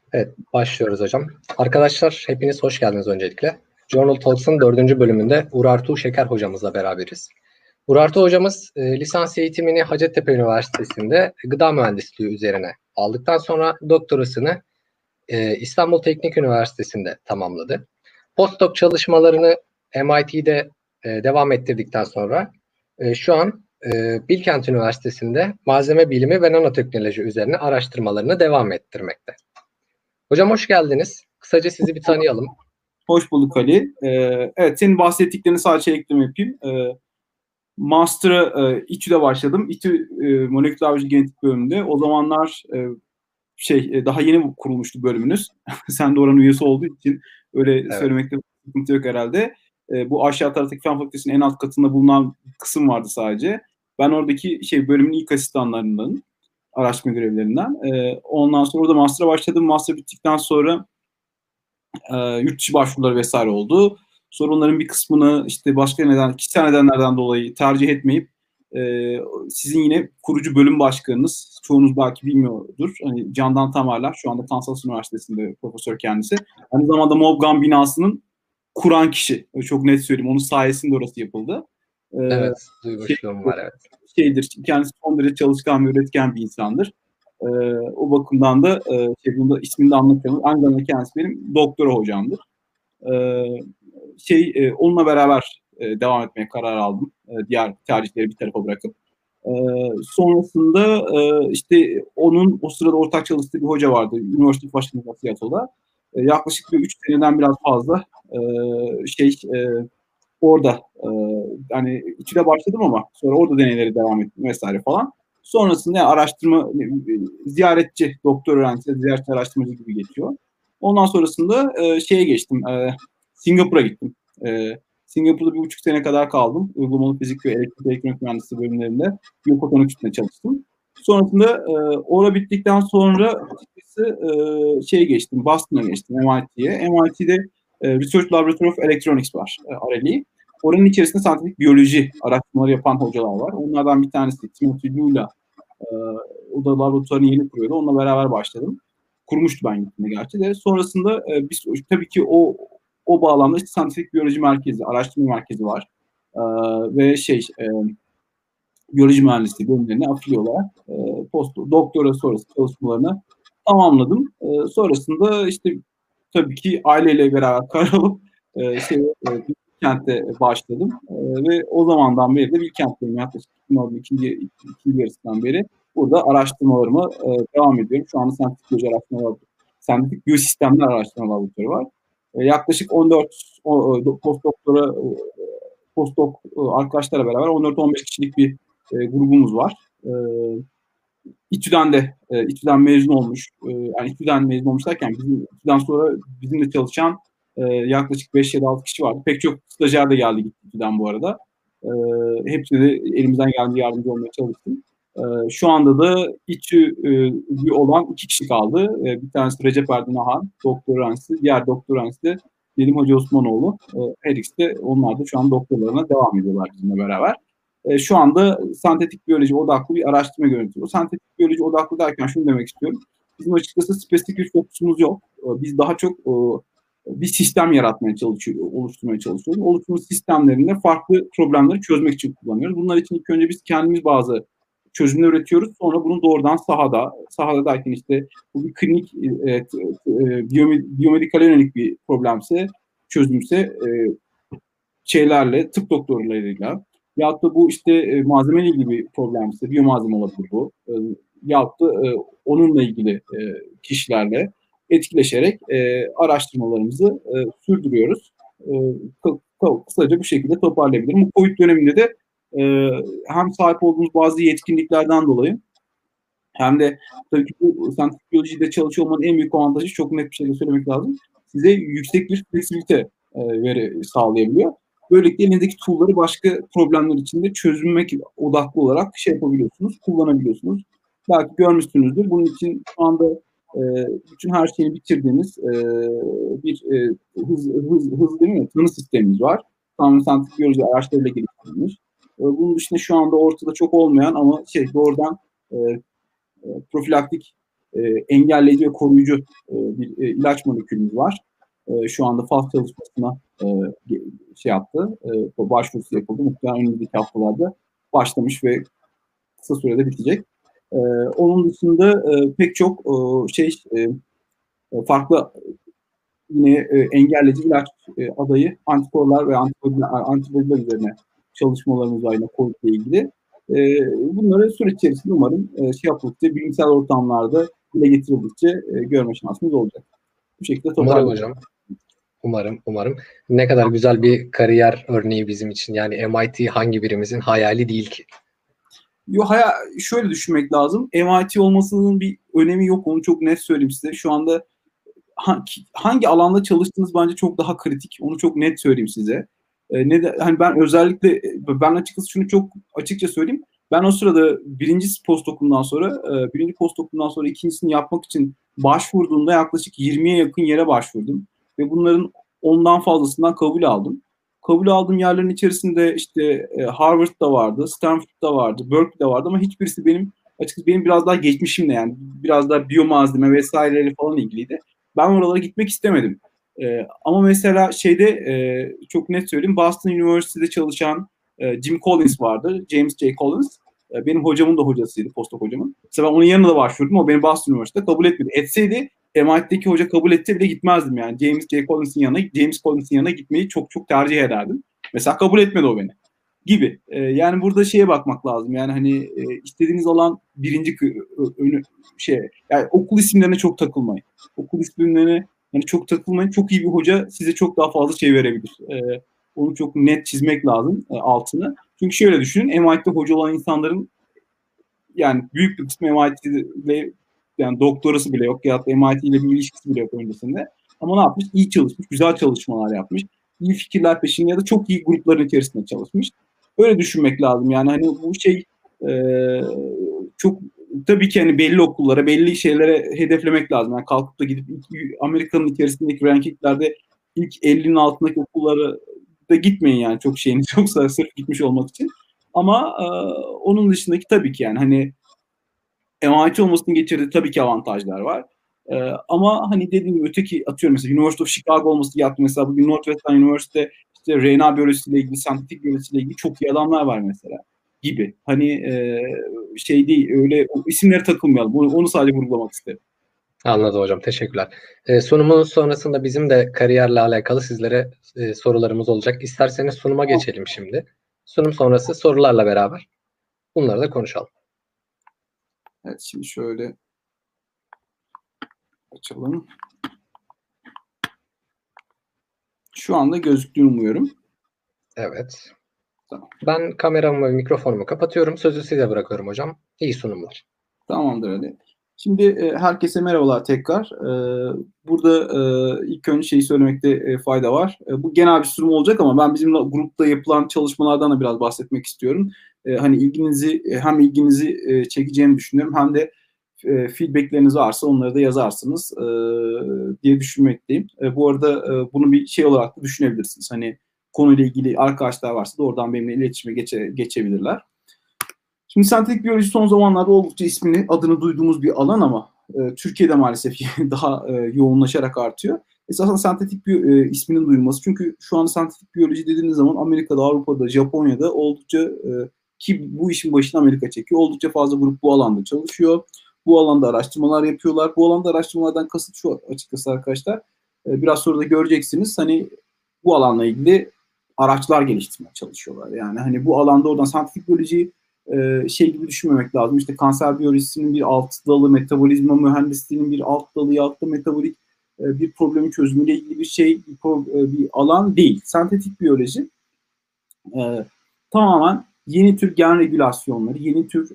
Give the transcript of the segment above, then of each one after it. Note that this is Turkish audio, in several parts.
Evet, başlıyoruz hocam. Arkadaşlar hepiniz hoş geldiniz öncelikle. Journal Talks'ın 4. bölümünde Urartu Şeker hocamızla beraberiz. Urartu hocamız lisans eğitimini Hacettepe Üniversitesi'nde gıda mühendisliği üzerine aldıktan sonra doktorasını İstanbul Teknik Üniversitesi'nde tamamladı. Postdoc çalışmalarını MIT'de devam ettirdikten sonra şu an Bilkent Üniversitesi'nde malzeme bilimi ve nanoteknoloji üzerine araştırmalarını devam ettirmekte. Hocam hoş geldiniz. Kısaca sizi bir tanıyalım. Hoş bulduk Ali. Evet, senin bahsettiklerini sadece ekleme yapayım. Master'a İTÜ'de başladım. İTÜ moleküler biyoloji genetik bölümünde. O zamanlar daha yeni kurulmuştu bölümünüz. Sen de oranın üyesi olduğu için öyle söylemekte sıkıntı yok herhalde. Bu aşağı taraftaki fen fakültesinin en alt katında bulunan kısım vardı sadece. Ben oradaki bölümün ilk asistanlarından, araştırma görevlerinden. Ondan sonra orada master'a başladım. Master bittikten sonra yurt dışı başvuruları vesaire oldu. Sorunların bir kısmını işte başka kişisel nedenlerden dolayı tercih etmeyip sizin yine kurucu bölüm başkanınız, çoğunuz belki bilmiyordur, hani Candan Tamarlar, şu anda Kansas Üniversitesi'nde profesör kendisi. Aynı zamanda Mobgan binasının kuran kişi. Çok net söyleyeyim. Onun sayesinde orası yapıldı. Evet, duymuşluğum var, evet. Kendisi son derece çalışkan ve üretken bir insandır. O bakımdan da bunda ismini de anlatıyorum. Aynı zamanda kendisi benim doktora hocamdır. Onunla beraber devam etmeye karar aldım. Diğer tercihleri bir tarafa bırakıp. Sonrasında onun o sırada ortak çalıştığı bir hoca vardı. University of Washington Seattle'da. Yaklaşık bir 3 seneden biraz fazla orada hani İTÜ'de başladım ama sonra orada deneyleri devam ettim vesaire falan. Sonrasında araştırma, ziyaretçi doktor öğrencisi, ziyaretçi araştırmacı gibi geçiyor. Ondan sonrasında geçtim, Singapur'a gittim. Singapur'da 1,5 sene kadar kaldım. Uygulamalı fizik ve elektrik elektronik mühendisliği bölümlerinde biyofotonik üstüne çalıştım. Sonrasında orada bittikten sonra geçtim, Boston'a geçtim, MIT'ye. MIT'de Research Laboratory of Electronics var, RLE. Oranın içerisinde santrifüj biyoloji araştırmaları yapan hocalar var. Onlardan bir tanesi Timothy Liu'yla, o da laboratuvarını yeni kuruyordu. Onunla beraber başladım. Kurmuştu ben gittiğimde gerçi de. Sonrasında biz tabii ki o bağlamda santrifüj biyoloji merkezi, araştırma merkezi var. Ve biyoloji mühendisliği bölümlerine afili olarak doktora sonrası çalışmalarını tamamladım. Sonrasında tabii ki aileyle beraber karar alıp Bilkent'te başladım. Ve o zamandan beri de Bilkent'teyim. Yaklaşık 2010'un ikinci yarısından beri burada araştırmalarıma devam ediyorum. Şu anda sentetik biyoloji araştırmaları, sentetik biyosistemler araştırma laboratuvarı var. Yaklaşık 14 postdoc arkadaşlarla beraber 14-15 kişilik bir grubumuz var. İTÜ'den mezun olmuş, yani İTÜ'den mezun olmuş derken İTÜ'den sonra bizimle çalışan yaklaşık 5 ya da 6 kişi vardı. Pek çok stajyer de geldi gitti İTÜ'den bu arada. Hepsine de elimizden geldiği yardımcı olmaya çalıştım. Şu anda da İTÜ olan 2 kişi kaldı. Bir tanesi Recep Erdin Ahan, doktor öğrencisi. Diğer doktor öğrencisi de Nedim Hoca Osmanoğlu. Her ikisi de onlar da şu an doktorlarına devam ediyorlar bizimle beraber. Şu anda sentetik biyoloji odaklı bir araştırma yönetiyor. Sentetik biyoloji odaklı derken şunu demek istiyorum. Bizim açıkçası spesifik bir fokusumuz yok. Biz daha çok bir sistem oluşturmaya çalışıyoruz. Oluşturduğumuz sistemlerinde farklı problemleri çözmek için kullanıyoruz. Bunlar için ilk önce biz kendimiz bazı çözümler üretiyoruz. Sonra bunu doğrudan sahada derken bu bir klinik biyomedikal yönelik bir problemse, çözümse tıp doktorlarıyla yahut da bu malzemeyle ilgili bir problemse, biyomalzeme olabilir bu. Yahut da onunla ilgili kişilerle etkileşerek araştırmalarımızı sürdürüyoruz. Kısaca bu şekilde toparlayabilirim. Bu COVID döneminde de hem sahip olduğumuz bazı yetkinliklerden dolayı hem de tabii ki bu sentetik biyolojide çalışıyor olmanın en büyük avantajı, çok net bir şekilde söylemek lazım, size yüksek bir fleksibilite sağlayabiliyor. Böylelikle elinizdeki tool'ları başka problemler için de çözülmek odaklı olarak yapabiliyorsunuz, kullanabiliyorsunuz. Belki görmüşsünüzdür. Bunun için şu anda bütün her şeyini bitirdiğimiz bir hızlı değil mi? Tanı sistemimiz var. Tamamen sentetik biyoloji araçlarıyla geliştirilmiş. Bunun dışında şu anda ortada çok olmayan ama doğrudan profilaktik engelleyici ve koruyucu bir ilaç molekülümüz var. Şu anda faz çalışmasına şey yaptı, başvurusu yapıldı. Muhtemelen önümüzdeki haftalarda başlamış ve kısa sürede bitecek. Onun dışında pek çok farklı yine engelleyici ilaç adayı, antikorlar ve antibodiler üzerine çalışmalarımız var yine COVID ile ilgili. Bunları süreç içerisinde umarım yapıldıkça, bilimsel ortamlarda dile getirildikçe görme şansımız olacak. Bu şekilde Umarım hocam. Umarım. Ne kadar güzel bir kariyer örneği bizim için. Yani MIT hangi birimizin hayali değil ki? Şöyle düşünmek lazım. MIT olmasının bir önemi yok. Onu çok net söyleyeyim size. Şu anda hangi alanda çalıştığınız bence çok daha kritik. Onu çok net söyleyeyim size. Hani ben açıkçası şunu çok açıkça söyleyeyim. Ben o sırada birinci postdokumdan sonra ikincisini yapmak için başvurduğumda yaklaşık 20'ye yakın yere başvurdum. Ve bunların 10'dan fazlasından kabul aldım. Kabul aldığım yerlerin içerisinde işte Harvard'da vardı, Stanford'da vardı, Berkeley'de vardı ama hiçbirisi açıkçası benim biraz daha geçmişimle, yani biraz daha biyomalzeme vesaireleri falan ilgiliydi. Ben oralara gitmek istemedim. Ama mesela çok net söyleyeyim, Boston University'de çalışan Jim Collins vardı. James J. Collins. Benim hocamın da hocasıydı, postdoc hocamın. Mesela ben onun yanına da başvurdum. O beni Boston University'de kabul etmedi. Etseydi MIT'deki hoca kabul etse bile gitmezdim yani. James Collins'in yanına gitmeyi çok çok tercih ederdim. Mesela kabul etmedi o beni. Gibi. Yani burada şeye bakmak lazım. Yani hani istediğiniz alan birinci yani okul isimlerine çok takılmayın. Okul isimlerine yani çok takılmayın. Çok iyi bir hoca size çok daha fazla şey verebilir. Onu çok net çizmek lazım altını. Çünkü şöyle düşünün, MIT'de hoca olan insanların yani büyük bir kısmı MIT'de yani doktorası bile yok ya da MIT ile bir ilişkisi bile yok öncesinde. Ama ne yapmış? İyi çalışmış, güzel çalışmalar yapmış. İyi fikirler peşinde ya da çok iyi grupların içerisinde çalışmış. Öyle düşünmek lazım. Yani hani bu çok tabii ki hani belli okullara, belli şeylere hedeflemek lazım. Yani kalkıp da gidip Amerika'nın içerisindeki rankinglerde ilk 50'nin altındaki okullara da gitmeyin yani, çok şeyiniz yoksa sırf gitmiş olmak için. Ama onun dışındaki tabii ki yani hani MIT olmasının getirdiği tabii ki avantajlar var. Ama hani dediğim gibi öteki atıyorum mesela University of Chicago olması yaptı. Mesela bugün Northwestern University'de işte RNA biyolojisiyle ilgili, sentetik biyolojisiyle ilgili çok iyi adamlar var mesela gibi. Hani değil, öyle isimlere takılmayalım. Onu sadece vurgulamak isterim. Anladım hocam. Teşekkürler. Sunumun sonrasında bizim de kariyerle alakalı sizlere sorularımız olacak. İsterseniz sunuma geçelim şimdi. Sunum sonrası sorularla beraber bunları da konuşalım. Evet, şimdi şöyle açalım. Şu anda gözüktüğünü umuyorum. Evet. Tamam. Ben kameramı ve mikrofonumu kapatıyorum. Sözü size bırakıyorum hocam. İyi sunumlar. Tamamdır Ali. Şimdi herkese merhabalar tekrar. Burada ilk önce şeyi söylemekte fayda var. Bu genel bir sunum olacak ama ben bizim grupta yapılan çalışmalardan da biraz bahsetmek istiyorum. Hani ilginizi çekeceğini düşünüyorum, hem de feedbackleriniz varsa onları da yazarsınız diye düşünmekteyim. Bu arada bunu bir şey olarak da düşünebilirsiniz. Hani konuyla ilgili arkadaşlar varsa da oradan benimle iletişime geçebilirler. Şimdi sentetik biyoloji son zamanlarda oldukça adını duyduğumuz bir alan ama Türkiye'de maalesef daha yoğunlaşarak artıyor. Esasen sentetik isminin duyulması. Çünkü şu anda sentetik biyoloji dediğiniz zaman Amerika'da, Avrupa'da, Japonya'da oldukça ki bu işin başına Amerika çekiyor. Oldukça fazla grup bu alanda çalışıyor. Bu alanda araştırmalar yapıyorlar. Bu alanda araştırmalardan kasıt şu açıkçası arkadaşlar. Biraz sonra da göreceksiniz. Hani bu alanla ilgili araçlar geliştirmeye çalışıyorlar. Yani hani bu alanda oradan sentetik biyoloji gibi düşünmemek lazım. İşte kanser biyolojisinin bir alt dalı, metabolizma mühendisliğinin bir alt dalı ya da metabolik bir problemi çözümüyle ilgili bir alan değil. Sentetik biyoloji tamamen yeni tür gen regülasyonları, yeni tür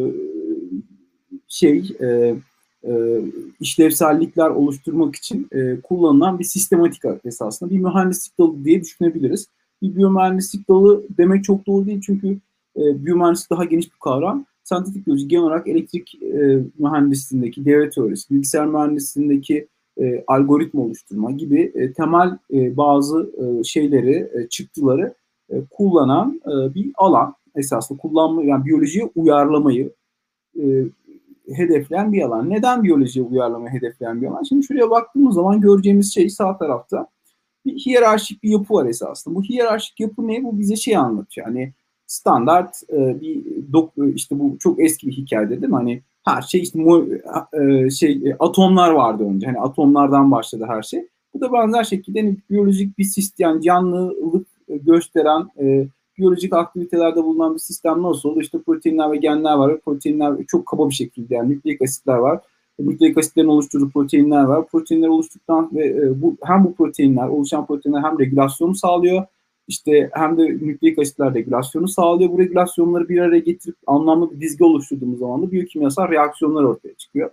işlevsellikler oluşturmak için kullanılan bir sistematik esasında bir mühendislik dalı diye düşünebiliriz. Bir biyomühendislik dalı demek çok doğru değil çünkü biyomühendislik daha geniş bir kavram. Sentetik biyoloji genel olarak elektrik mühendisliğindeki devre teorisi, bilgisayar mühendisliğindeki algoritma oluşturma gibi temel bazı çıktıları kullanan bir alan esasında. Yani biyolojiye uyarlamayı hedefleyen bir alan. Neden biyolojiye uyarlamayı hedefleyen bir alan? Şimdi şuraya baktığımız zaman göreceğimiz şey sağ tarafta bir hiyerarşik bir yapı var esasında. Bu hiyerarşik yapı ne? Bu bize şey anlatıyor. Hani standart işte bu çok eski bir hikayedir değil mi? Hani her şey işte atomlar vardı önce. Hani atomlardan başladı her şey. Bu da benzer şekilde hani biyolojik bir sistem, yani canlılık gösteren biyolojik aktivitelerde bulunan bir sistem nasıl olur? İşte proteinler ve genler var. Proteinler çok kaba bir şekilde, yani nükleik asitler var. Nükleik asitlerin oluşturduğu proteinler var. Proteinler oluştuktan ve hem bu proteinler, oluşan proteinler hem regülasyonu sağlıyor, işte hem de nükleik asitler regülasyonu sağlıyor. Bu regülasyonları bir araya getirip anlamlı bir dizge oluşturduğumuz zaman da biyokimyasal reaksiyonlar ortaya çıkıyor.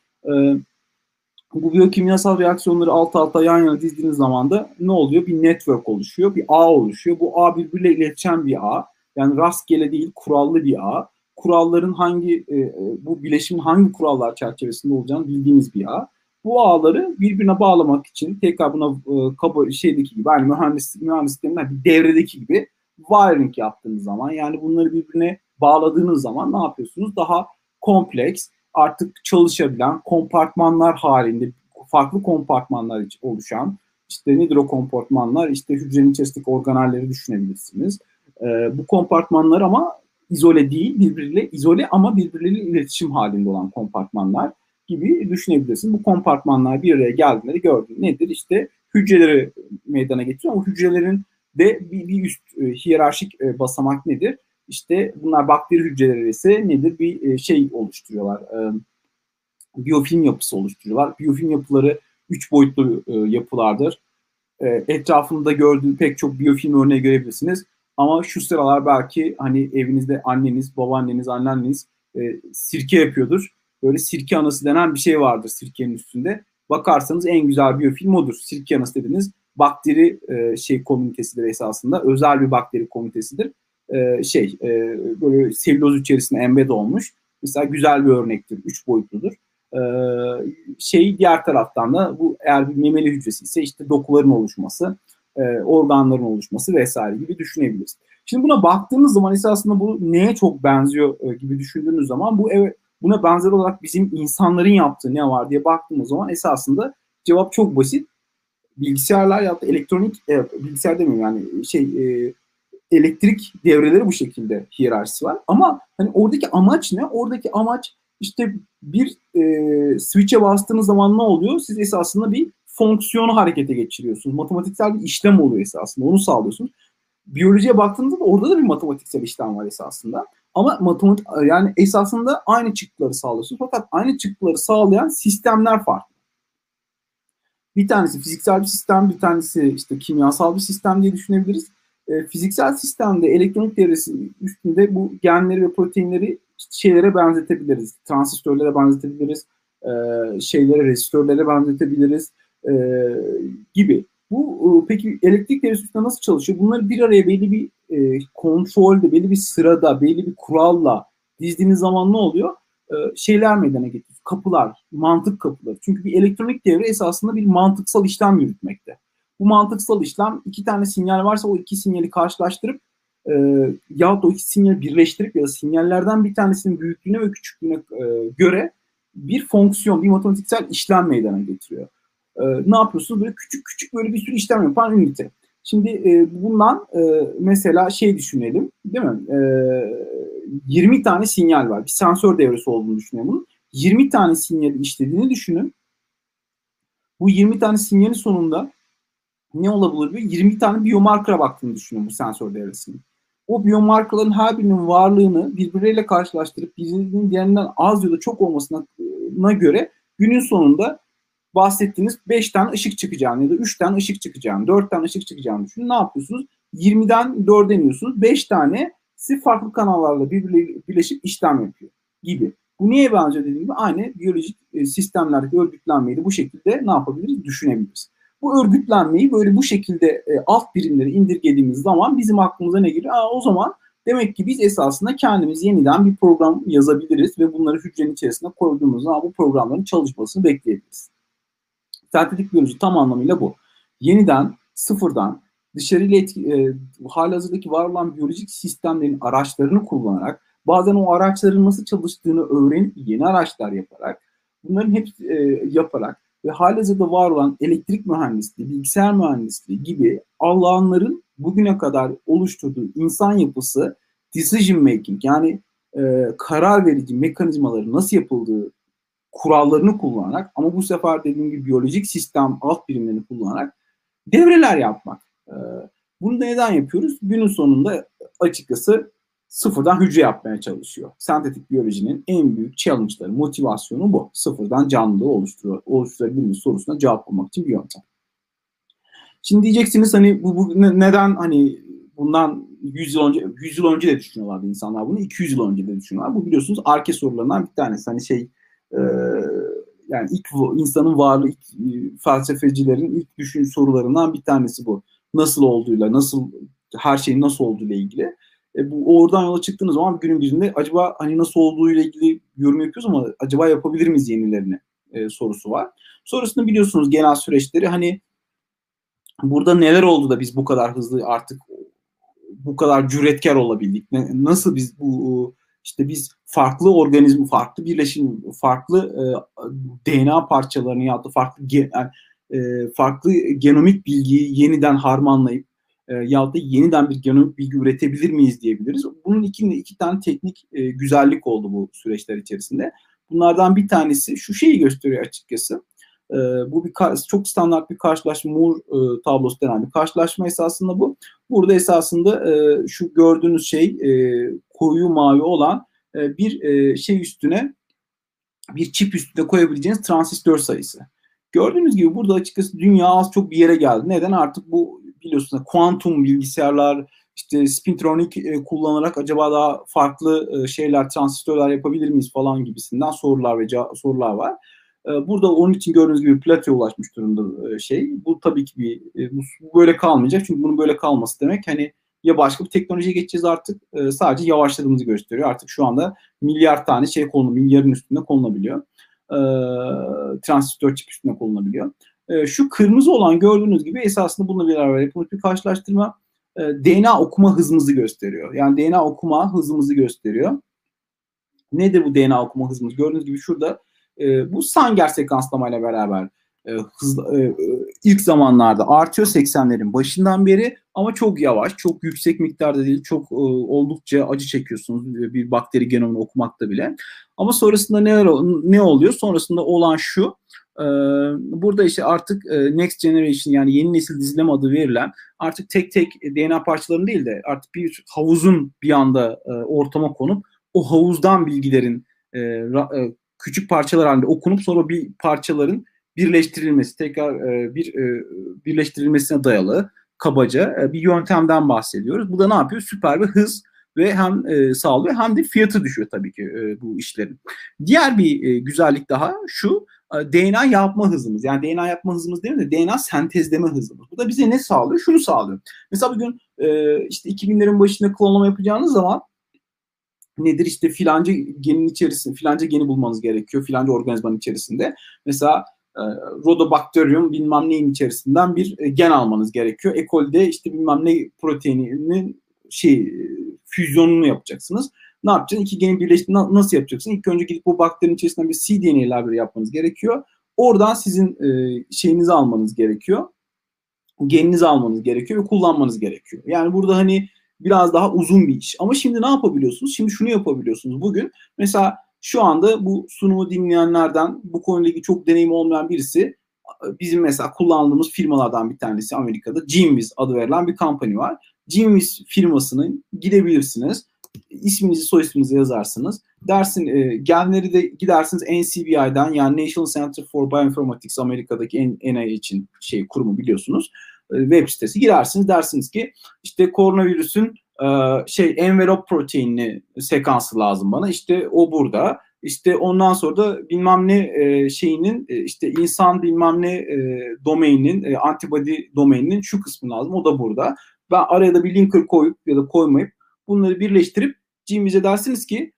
Bu biyokimyasal reaksiyonları alt alta yan yana dizdiğiniz zaman da ne oluyor? Bir network oluşuyor, bir ağ oluşuyor. Bu ağ birbiriyle iletişen bir ağ. Yani rastgele değil, kurallı bir ağ. Kuralların bu bileşimin hangi kurallar çerçevesinde olacağını bildiğimiz bir ağ. Bu ağları birbirine bağlamak için tekrar buna şeydeki gibi, aynı mühendisliklerin bir devredeki gibi wiring yaptığınız zaman, yani bunları birbirine bağladığınız zaman ne yapıyorsunuz? Daha kompleks, artık çalışabilen kompartmanlar halinde, farklı kompartmanlar oluşan, işte nedir o kompartmanlar? İşte hücrenin içerisindeki organelleri düşünebilirsiniz. Bu kompartmanlar ama izole değil, birbiriyle izole ama birbirleriyle iletişim halinde olan kompartmanlar gibi düşünebilirsiniz. Bu kompartmanlar bir araya geldiğinde gördüğünüz nedir? İşte hücreleri meydana getiriyor. Ama hücrelerin de bir üst hiyerarşik basamak nedir? İşte bunlar bakteri hücreleri ise nedir? Bir şey oluşturuyorlar. Biyofilm yapısı oluşturuyorlar. Biyofilm yapıları 3 boyutlu yapılardır. Etrafında gördüğünüz pek çok biyofilm örneği görebilirsiniz. Ama şu sıralar belki hani evinizde anneniz, babaanneniz, anneanneniz sirke yapıyordur. Böyle sirke anası denen bir şey vardır sirkenin üstünde. Bakarsanız en güzel biyofilm odur. Sirke anası dediğiniz bakteri komünitesidir esasında. Özel bir bakteri komünitesidir. Böyle selüloz içerisinde embed olmuş. Mesela güzel bir örnektir. 3 boyutludur. Diğer taraftan da bu eğer bir memeli hücresi ise işte dokuların oluşması, organların oluşması vesaire gibi düşünebiliriz. Şimdi buna baktığınız zaman esasında bu neye çok benziyor gibi düşündüğünüz zaman buna benzer olarak bizim insanların yaptığı ne var diye baktığımız zaman esasında cevap çok basit. Bilgisayarlar ya da elektronik bilgisayar demiyorum yani elektrik devreleri bu şekilde hiyerarşisi var. Ama hani oradaki amaç ne? Oradaki amaç işte bir switch'e bastığınız zaman ne oluyor? Siz esasında bir fonksiyonu harekete geçiriyorsunuz. Matematiksel bir işlem oluyor esasında. Onu sağlıyorsunuz. Biyolojiye baktığınızda da orada da bir matematiksel işlem var esasında. Ama yani esasında aynı çıktıları sağlıyorsunuz. Fakat aynı çıktıları sağlayan sistemler farklı. Bir tanesi fiziksel bir sistem, bir tanesi işte kimyasal bir sistem diye düşünebiliriz. Fiziksel sistemde elektronik devresi üstünde bu genleri ve proteinleri şeylere benzetebiliriz. Transistörlere benzetebiliriz. Rezistörlere benzetebiliriz gibi. Peki elektrik devresi üstünde nasıl çalışıyor? Bunları bir araya belli bir kontrolde, belli bir sırada, belli bir kuralla dizdiğiniz zaman ne oluyor? Şeyler meydana getiriyor. Kapılar, mantık kapıları. Çünkü bir elektronik devre esasında bir mantıksal işlem yürütmekte. Bu mantıksal işlem 2 tane sinyal varsa o 2 sinyali karşılaştırıp yahut da o 2 sinyali birleştirip ya da sinyallerden bir tanesinin büyüklüğüne ve küçüklüğüne göre bir fonksiyon, bir matematiksel işlem meydana getiriyor. Ne yapıyorsunuz? Böyle küçük küçük böyle bir sürü işlem yapan ünite. Şimdi bundan mesela düşünelim, değil mi? 20 tane sinyal var. Bir sensör devresi olduğunu düşünelim bunun. 20 tane sinyali işlediğini düşünün. Bu 20 tane sinyalin sonunda ne olabilir? 20 tane biomarker'a baktığını düşünün bu sensör devresinin. O biomarkerların her birinin varlığını birbirleriyle karşılaştırıp birbirinin diğerinden az ya da çok olmasına göre günün sonunda bahsettiğiniz 5 tane ışık çıkacağını ya da 3 tane ışık çıkacağını, 4 tane ışık çıkacağını düşünün. Ne yapıyorsunuz? 20'den 4'e iniyorsunuz. 5 tane farklı kanallarla birbirleriyle birleşip işlem yapıyor gibi. Bu niye benziyor dediğim gibi aynı biyolojik sistemlerdeki örgütlenmeyi de bu şekilde ne yapabiliriz? Düşünebiliriz. Bu örgütlenmeyi böyle bu şekilde alt birimleri indirgediğimiz zaman bizim aklımıza ne geliyor? O zaman demek ki biz esasında kendimiz yeniden bir program yazabiliriz ve bunları hücrenin içerisine koyduğumuz zaman bu programların çalışmasını bekleyebiliriz. Sentetik biyoloji tam anlamıyla bu. Yeniden, sıfırdan, halihazırdaki var olan biyolojik sistemlerin araçlarını kullanarak Bazen o araçların nasıl çalıştığını öğrenip yeni araçlar yaparak, bunların hepsi yaparak ve halihazırda var olan elektrik mühendisliği, bilgisayar mühendisliği gibi alanların bugüne kadar oluşturduğu insan yapısı, decision making, yani karar verici mekanizmaların nasıl yapıldığı kurallarını kullanarak, ama bu sefer dediğim gibi biyolojik sistem alt birimlerini kullanarak devreler yapmak. Bunu da neden yapıyoruz? Günün sonunda açıkçası sıfırdan hücre yapmaya çalışıyor. Sentetik biyolojinin en büyük challenge'ları, motivasyonu bu. Sıfırdan canlılığı oluşturabilmemiz sorusuna cevap bulmak için bir yöntem. Şimdi diyeceksiniz hani bu neden hani bundan 100 yıl önce de düşünüyorlardı insanlar bunu, 200 yıl önce de düşünüyorlar. Bu biliyorsunuz arke sorularından bir tanesi. Hani yani ilk insanın varlığı, felsefecilerin ilk düşünce sorularından bir tanesi bu. Nasıl olduğuyla, her şeyin nasıl olduğuyla ilgili. Bu oradan yola çıktığınız zaman günün birinde acaba hani nasıl olduğuyla ilgili yorum yapıyoruz ama acaba yapabilir miyiz yenilerini sorusu var. Sonrasında biliyorsunuz genel süreçleri, hani burada neler oldu da biz bu kadar hızlı artık bu kadar cüretkar olabildik? Nasıl biz farklı organizm, farklı birleşim, farklı DNA parçalarını ya da farklı genomik bilgiyi yeniden harmanlayıp ya da yeniden bir genomik bilgi üretebilir miyiz diyebiliriz. Bunun iki tane teknik güzellik oldu bu süreçler içerisinde. Bunlardan bir tanesi şu şeyi gösteriyor açıkçası. Bu çok standart bir karşılaşma, Moore tablosu denen bir karşılaşma esasında bu. Burada esasında şu gördüğünüz şey koyu mavi olan bir şey üstüne, bir çip üstüne koyabileceğiniz transistör sayısı. Gördüğünüz gibi burada açıkçası dünya az çok bir yere geldi. Neden? Artık bu biliyorsunuz kuantum bilgisayarlar, işte spintronik kullanarak acaba daha farklı transistörler yapabilir miyiz falan gibisinden sorular var. Burada onun için gördüğünüz gibi platoya ulaşmış durumda Bu tabii ki bu böyle kalmayacak. Çünkü bunun böyle kalması demek hani ya başka bir teknolojiye geçeceğiz artık, sadece yavaşladığımızı gösteriyor. Artık şu anda milyar tane milyarın üstünde konulabiliyor. Transistör çip üstüne konulabiliyor. Şu kırmızı olan gördüğünüz gibi esasında bununla beraber yapılmış bir karşılaştırma DNA okuma hızımızı gösteriyor. Yani DNA okuma hızımızı gösteriyor. Nedir bu DNA okuma hızımız? Gördüğünüz gibi şurada bu Sanger sekanslamayla beraber ilk zamanlarda artıyor 80'lerin başından beri, ama çok yavaş, çok yüksek miktarda değil, çok oldukça acı çekiyorsunuz bir bakteri genomunu okumakta bile. Ama sonrasında ne oluyor? Sonrasında olan şu, burada işte artık next generation, yani yeni nesil dizilimi adı verilen, artık tek tek DNA parçalarının değil de artık bir havuzun bir anda ortama konup o havuzdan bilgilerin küçük parçalar halinde okunup sonra bir parçaların birleştirilmesi, tekrar birleştirilmesine dayalı kabaca bir yöntemden bahsediyoruz. Bu da ne yapıyor? Süper bir hız ve hem sağlıyor hem de fiyatı düşüyor tabii ki bu işlerin. Diğer bir güzellik daha şu, DNA yapma hızımız. Yani DNA yapma hızımız değil de DNA sentezleme hızımız. Bu da bize ne sağlıyor? Şunu sağlıyor. Mesela bugün işte 2000'lerin başında klonlama yapacağınız zaman nedir? İşte filanca genin içerisinde, filanca geni bulmanız gerekiyor. Filanca organizmanın içerisinde. Mesela Rhodobacterium bilmem neyin içerisinden bir gen almanız gerekiyor. Ekolde işte bilmem ne proteininin füzyonunu yapacaksınız. Ne yapacaksınız? İki genin birleştiğini nasıl yapacaksınız? İlk önce gidip bu bakterinin içerisinden bir cDNA library yapmanız gerekiyor. Oradan sizin şeyinizi almanız gerekiyor. Geninizi almanız gerekiyor ve kullanmanız gerekiyor. Yani burada hani biraz daha uzun bir iş. Ama şimdi ne yapabiliyorsunuz? Şimdi şunu yapabiliyorsunuz. Bugün mesela şu anda bu sunumu dinleyenlerden bu konuyla ilgili çok deneyim olmayan birisi, bizim mesela kullandığımız firmalardan bir tanesi Amerika'da GeneWiz adı verilen bir company var. GeneWiz firmasının gidebilirsiniz. İsminizi, soy isminizi yazarsınız. Genleri de gidersiniz NCBI'den, yani National Center for Bioinformatics, Amerika'daki NIH'in kurumu biliyorsunuz. Web sitesi girersiniz, dersiniz ki işte koronavirüsün envelope proteinini sekansı lazım bana. İşte o burada. İşte ondan sonra da bilmem ne işte insan bilmem ne domaininin, antibody domaininin şu kısmı lazım. O da burada. Ben araya da bir linker koyup ya da koymayıp bunları birleştirip GeneWiz'e dersiniz ki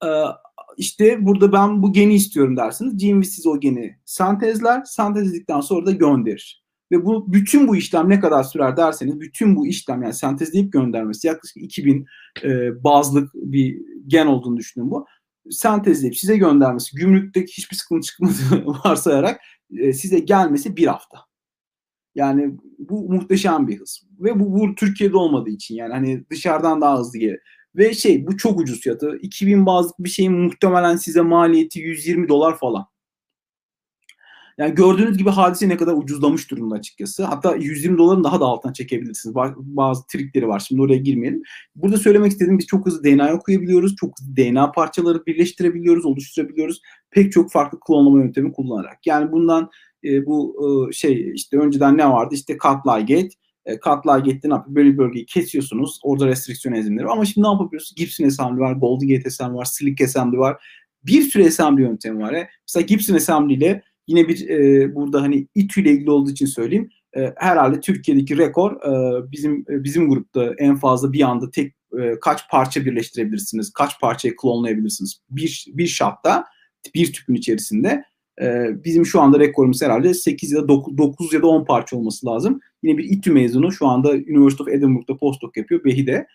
işte burada ben bu geni istiyorum dersiniz. GeneWiz size o geni sentezler. Sentezledikten sonra da gönderir. Ve bütün bu işlem ne kadar sürer derseniz, bütün bu işlem yani sentezleyip göndermesi yaklaşık 2000 bazlık bir gen olduğunu düşünün bu. Sentezleyip size göndermesi, gümrükteki hiçbir sıkıntı çıkmadığını varsayarak size gelmesi 1 hafta. Yani bu muhteşem bir hız. Ve bu Türkiye'de olmadığı için yani hani dışarıdan daha hızlı gelir. Ve bu çok ucuz fiyatı. 2000 bazlık bir şeyin muhtemelen size maliyeti $120 falan. Yani gördüğünüz gibi hadise ne kadar ucuzlamış durumda açıkçası. Hatta $120'ın daha da altına çekebilirsiniz. Bazı trikleri var. Şimdi oraya girmeyelim. Burada söylemek istediğim, biz çok hızlı DNA okuyabiliyoruz. Çok hızlı DNA parçaları birleştirebiliyoruz, oluşturabiliyoruz. Pek çok farklı klonlama yöntemi kullanarak. Yani bundan işte önceden ne vardı? İşte cut ligate. Cut ligate'de ne yapıyor? Böyle bir bölgeyi kesiyorsunuz. Orada restriksiyon enzimleri var. Ama şimdi ne yapabiliyorsunuz? Gibson assembly var, Golgi gate assembly var, Slick assembly var. Bir sürü assembly yöntemi var. Mesela Gibson assembly ile yine bir burada hani İTÜ ile ilgili olduğu için söyleyeyim. Herhalde Türkiye'deki rekor bizim grupta en fazla bir anda kaç parça birleştirebilirsiniz, kaç parçayı klonlayabilirsiniz bir shot'ta, bir tüpün içerisinde. Bizim şu anda rekorumuz herhalde 8 ya da 9 ya da 10 parça olması lazım. Yine bir İTÜ mezunu şu anda University of Edinburgh'da postdoc yapıyor, Behi'de.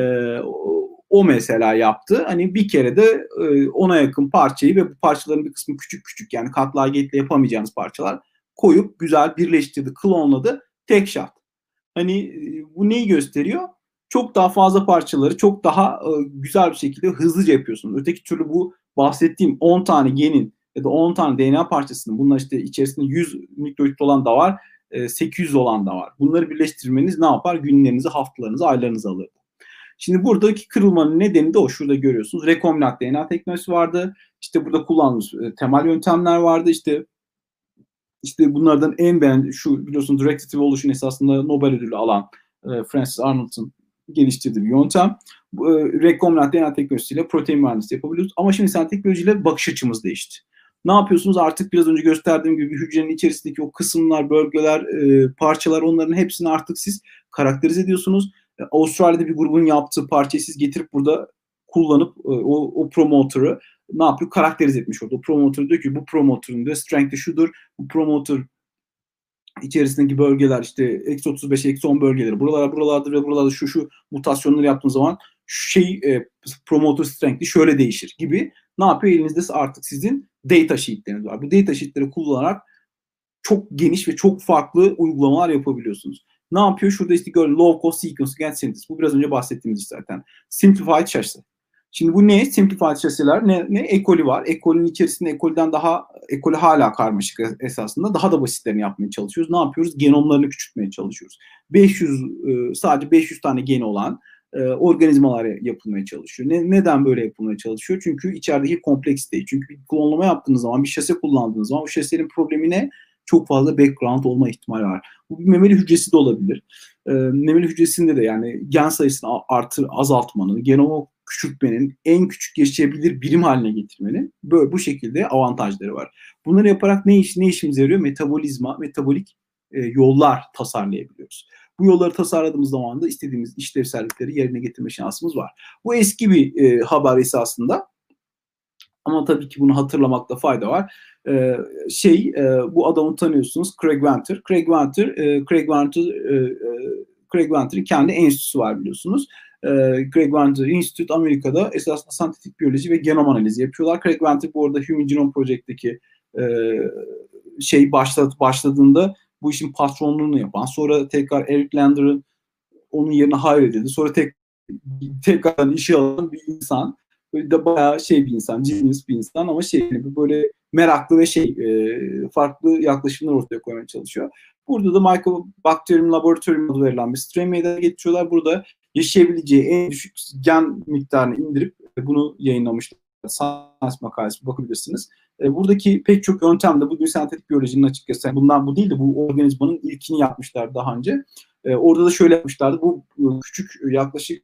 O mesela yaptı. Hani bir kere de 10'a yakın parçayı ve bu parçaların bir kısmı küçük küçük yani cut ligate yapamayacağınız parçalar koyup güzel birleştirdi, klonladı. Tek shot. Hani bu neyi gösteriyor? Çok daha fazla parçaları çok daha güzel bir şekilde hızlıca yapıyorsunuz. Öteki türlü bu bahsettiğim 10 tane genin ya da 10 tane DNA parçasının, bunlar işte içerisinde 100 nükleotit olan da var, 800 olan da var. Bunları birleştirmeniz ne yapar? Günlerinizi, haftalarınızı, aylarınızı alır. Şimdi buradaki kırılmanın nedeni de o. Şurada görüyorsunuz. Rekombinant DNA teknolojisi vardı. İşte burada kullandığımız temel yöntemler vardı. İşte bunlardan en beğendiğim şu, biliyorsunuz Directed Evolution esasında Nobel ödülü alan Francis Arnold'un geliştirdiği bir yöntem. Rekombinant DNA teknolojisiyle protein mühendisliği yapabiliyoruz. Ama şimdi sen teknolojiyle bakış açımız değişti. Ne yapıyorsunuz? Artık biraz önce gösterdiğim gibi hücrenin içerisindeki o kısımlar, bölgeler, parçalar, onların hepsini artık siz karakterize ediyorsunuz. Avustralya'da bir grubun yaptığı parçayı siz getirip burada kullanıp o promoter'ı ne yapıyor? Karakterize etmiş oldu. O promoter diyor ki bu promoter'ın da strength'i şudur. Bu promoter içerisindeki bölgeler işte eksi 35, eksi 10 bölgeleri buralardır ve buralarda şu mutasyonları yaptığınız zaman promoter strength'i şöyle değişir gibi. Ne yapıyor? Elinizde artık sizin data sheet'leriniz var. Bu data sheet'leri kullanarak çok geniş ve çok farklı uygulamalar yapabiliyorsunuz. Ne yapıyor? Şurada işte gördüğünüz low cost sequencing and synthesis. Bu biraz önce bahsettiğimiz iş zaten. Simplified chassis. Şimdi bu ne? Simplified chassis'ler ne? E. coli var. E. coli'nin içerisinde E. coli hala karmaşık esasında. Daha da basitlerini yapmaya çalışıyoruz. Ne yapıyoruz? Genomlarını küçültmeye çalışıyoruz. Sadece 500 tane geni olan organizmalar yapılmaya çalışıyor. Neden böyle yapılmaya çalışıyor? Çünkü içerideki kompleksite. Çünkü bir klonlama yaptığınız zaman, bir şase kullandığınız zaman o şasenin problemi ne? Çok fazla background olma ihtimali var. Bu bir memeli hücresi de olabilir. Memeli hücresinde de yani gen sayısını azaltmanın, genomu küçültmenin, en küçük yaşayabilir birim haline getirmenin böyle bu şekilde avantajları var. Bunları yaparak ne işimize yarıyor? Metabolik yollar tasarlayabiliyoruz. Bu yolları tasarladığımız zaman da istediğimiz işlevsellikleri yerine getirme şansımız var. Bu eski bir haber esasında. Ama tabii ki bunu hatırlamakta fayda var. Bu adamı tanıyorsunuz, Craig Venter. Craig Venter'in kendi enstitüsü var biliyorsunuz. Craig Venter Institute Amerika'da esasında sentetik biyoloji ve genom analizi yapıyorlar. Craig Venter bu arada Human Genome Project'teki başladığında bu işin patronluğunu yapan, sonra tekrar Eric Lander'ın onun yerine hire edildi. Sonra tekrardan işe alan bir insan. Böyle de bayağı bir insan, genius bir insan ama böyle meraklı ve farklı yaklaşımlar ortaya koymaya çalışıyor. Burada da Mycobacterium laboratorium adı verilen bir strain meydana getiriyorlar. Burada yaşayabileceği en düşük gen miktarını indirip bunu yayınlamışlar. Science makalesi bakabilirsiniz. Buradaki pek çok yöntem de bugün sentetik biyolojinin açıkçası bundan bu değil de bu organizmanın ilkini yapmışlar daha önce. Orada da şöyle yapmışlardı. Bu küçük yaklaşık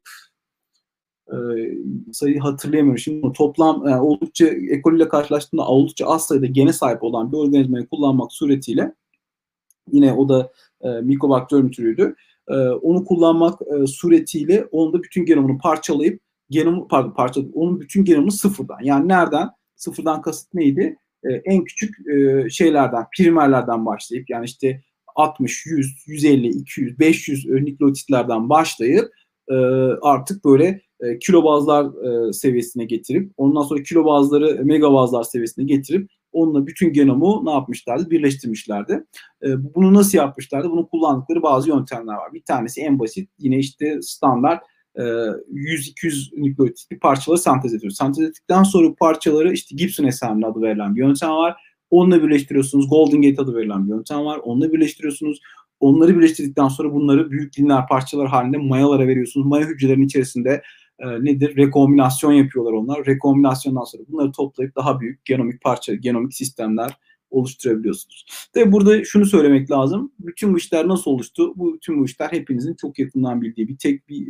sayıyı hatırlayamıyorum şimdi. Toplam oldukça E. coli ile karşılaştığında oldukça az sayıda gene sahip olan bir organizmayı kullanmak suretiyle, yine o da Mycobacterium türüydü. Onu kullanmak suretiyle onun da bütün genomunu parçalayıp onun bütün genomunu sıfırdan. Yani nereden? Sıfırdan kasıt neydi? En küçük şeylerden, primerlerden başlayıp yani işte 60, 100, 150, 200, 500 nükleotitlerden başlayıp artık böyle kilobazlar seviyesine getirip ondan sonra kilobazları megabazlar seviyesine getirip onunla bütün genomu ne yapmışlardı? Birleştirmişlerdi. Bunu nasıl yapmışlardı? Bunu kullandıkları bazı yöntemler var. Bir tanesi en basit yine işte standart 100-200 nükleotitli parçaları sentez ediyoruz. Sentez ettikten sonra bu parçaları işte Gibson eserli adı verilen bir yöntem var. Onunla birleştiriyorsunuz. Golden Gate adı verilen bir yöntem var. Onunla birleştiriyorsunuz. Onları birleştirdikten sonra bunları büyük lineer parçalar halinde mayalara veriyorsunuz. Maya hücrelerinin içerisinde nedir? Rekombinasyon yapıyorlar onlar. Rekombinasyondan sonra bunları toplayıp daha büyük genomik parça, genomik sistemler oluşturabiliyorsunuz. Tabii burada şunu söylemek lazım. Bütün bu işler nasıl oluştu? Bütün bu işler hepinizin çok yakından bildiği bir tek bir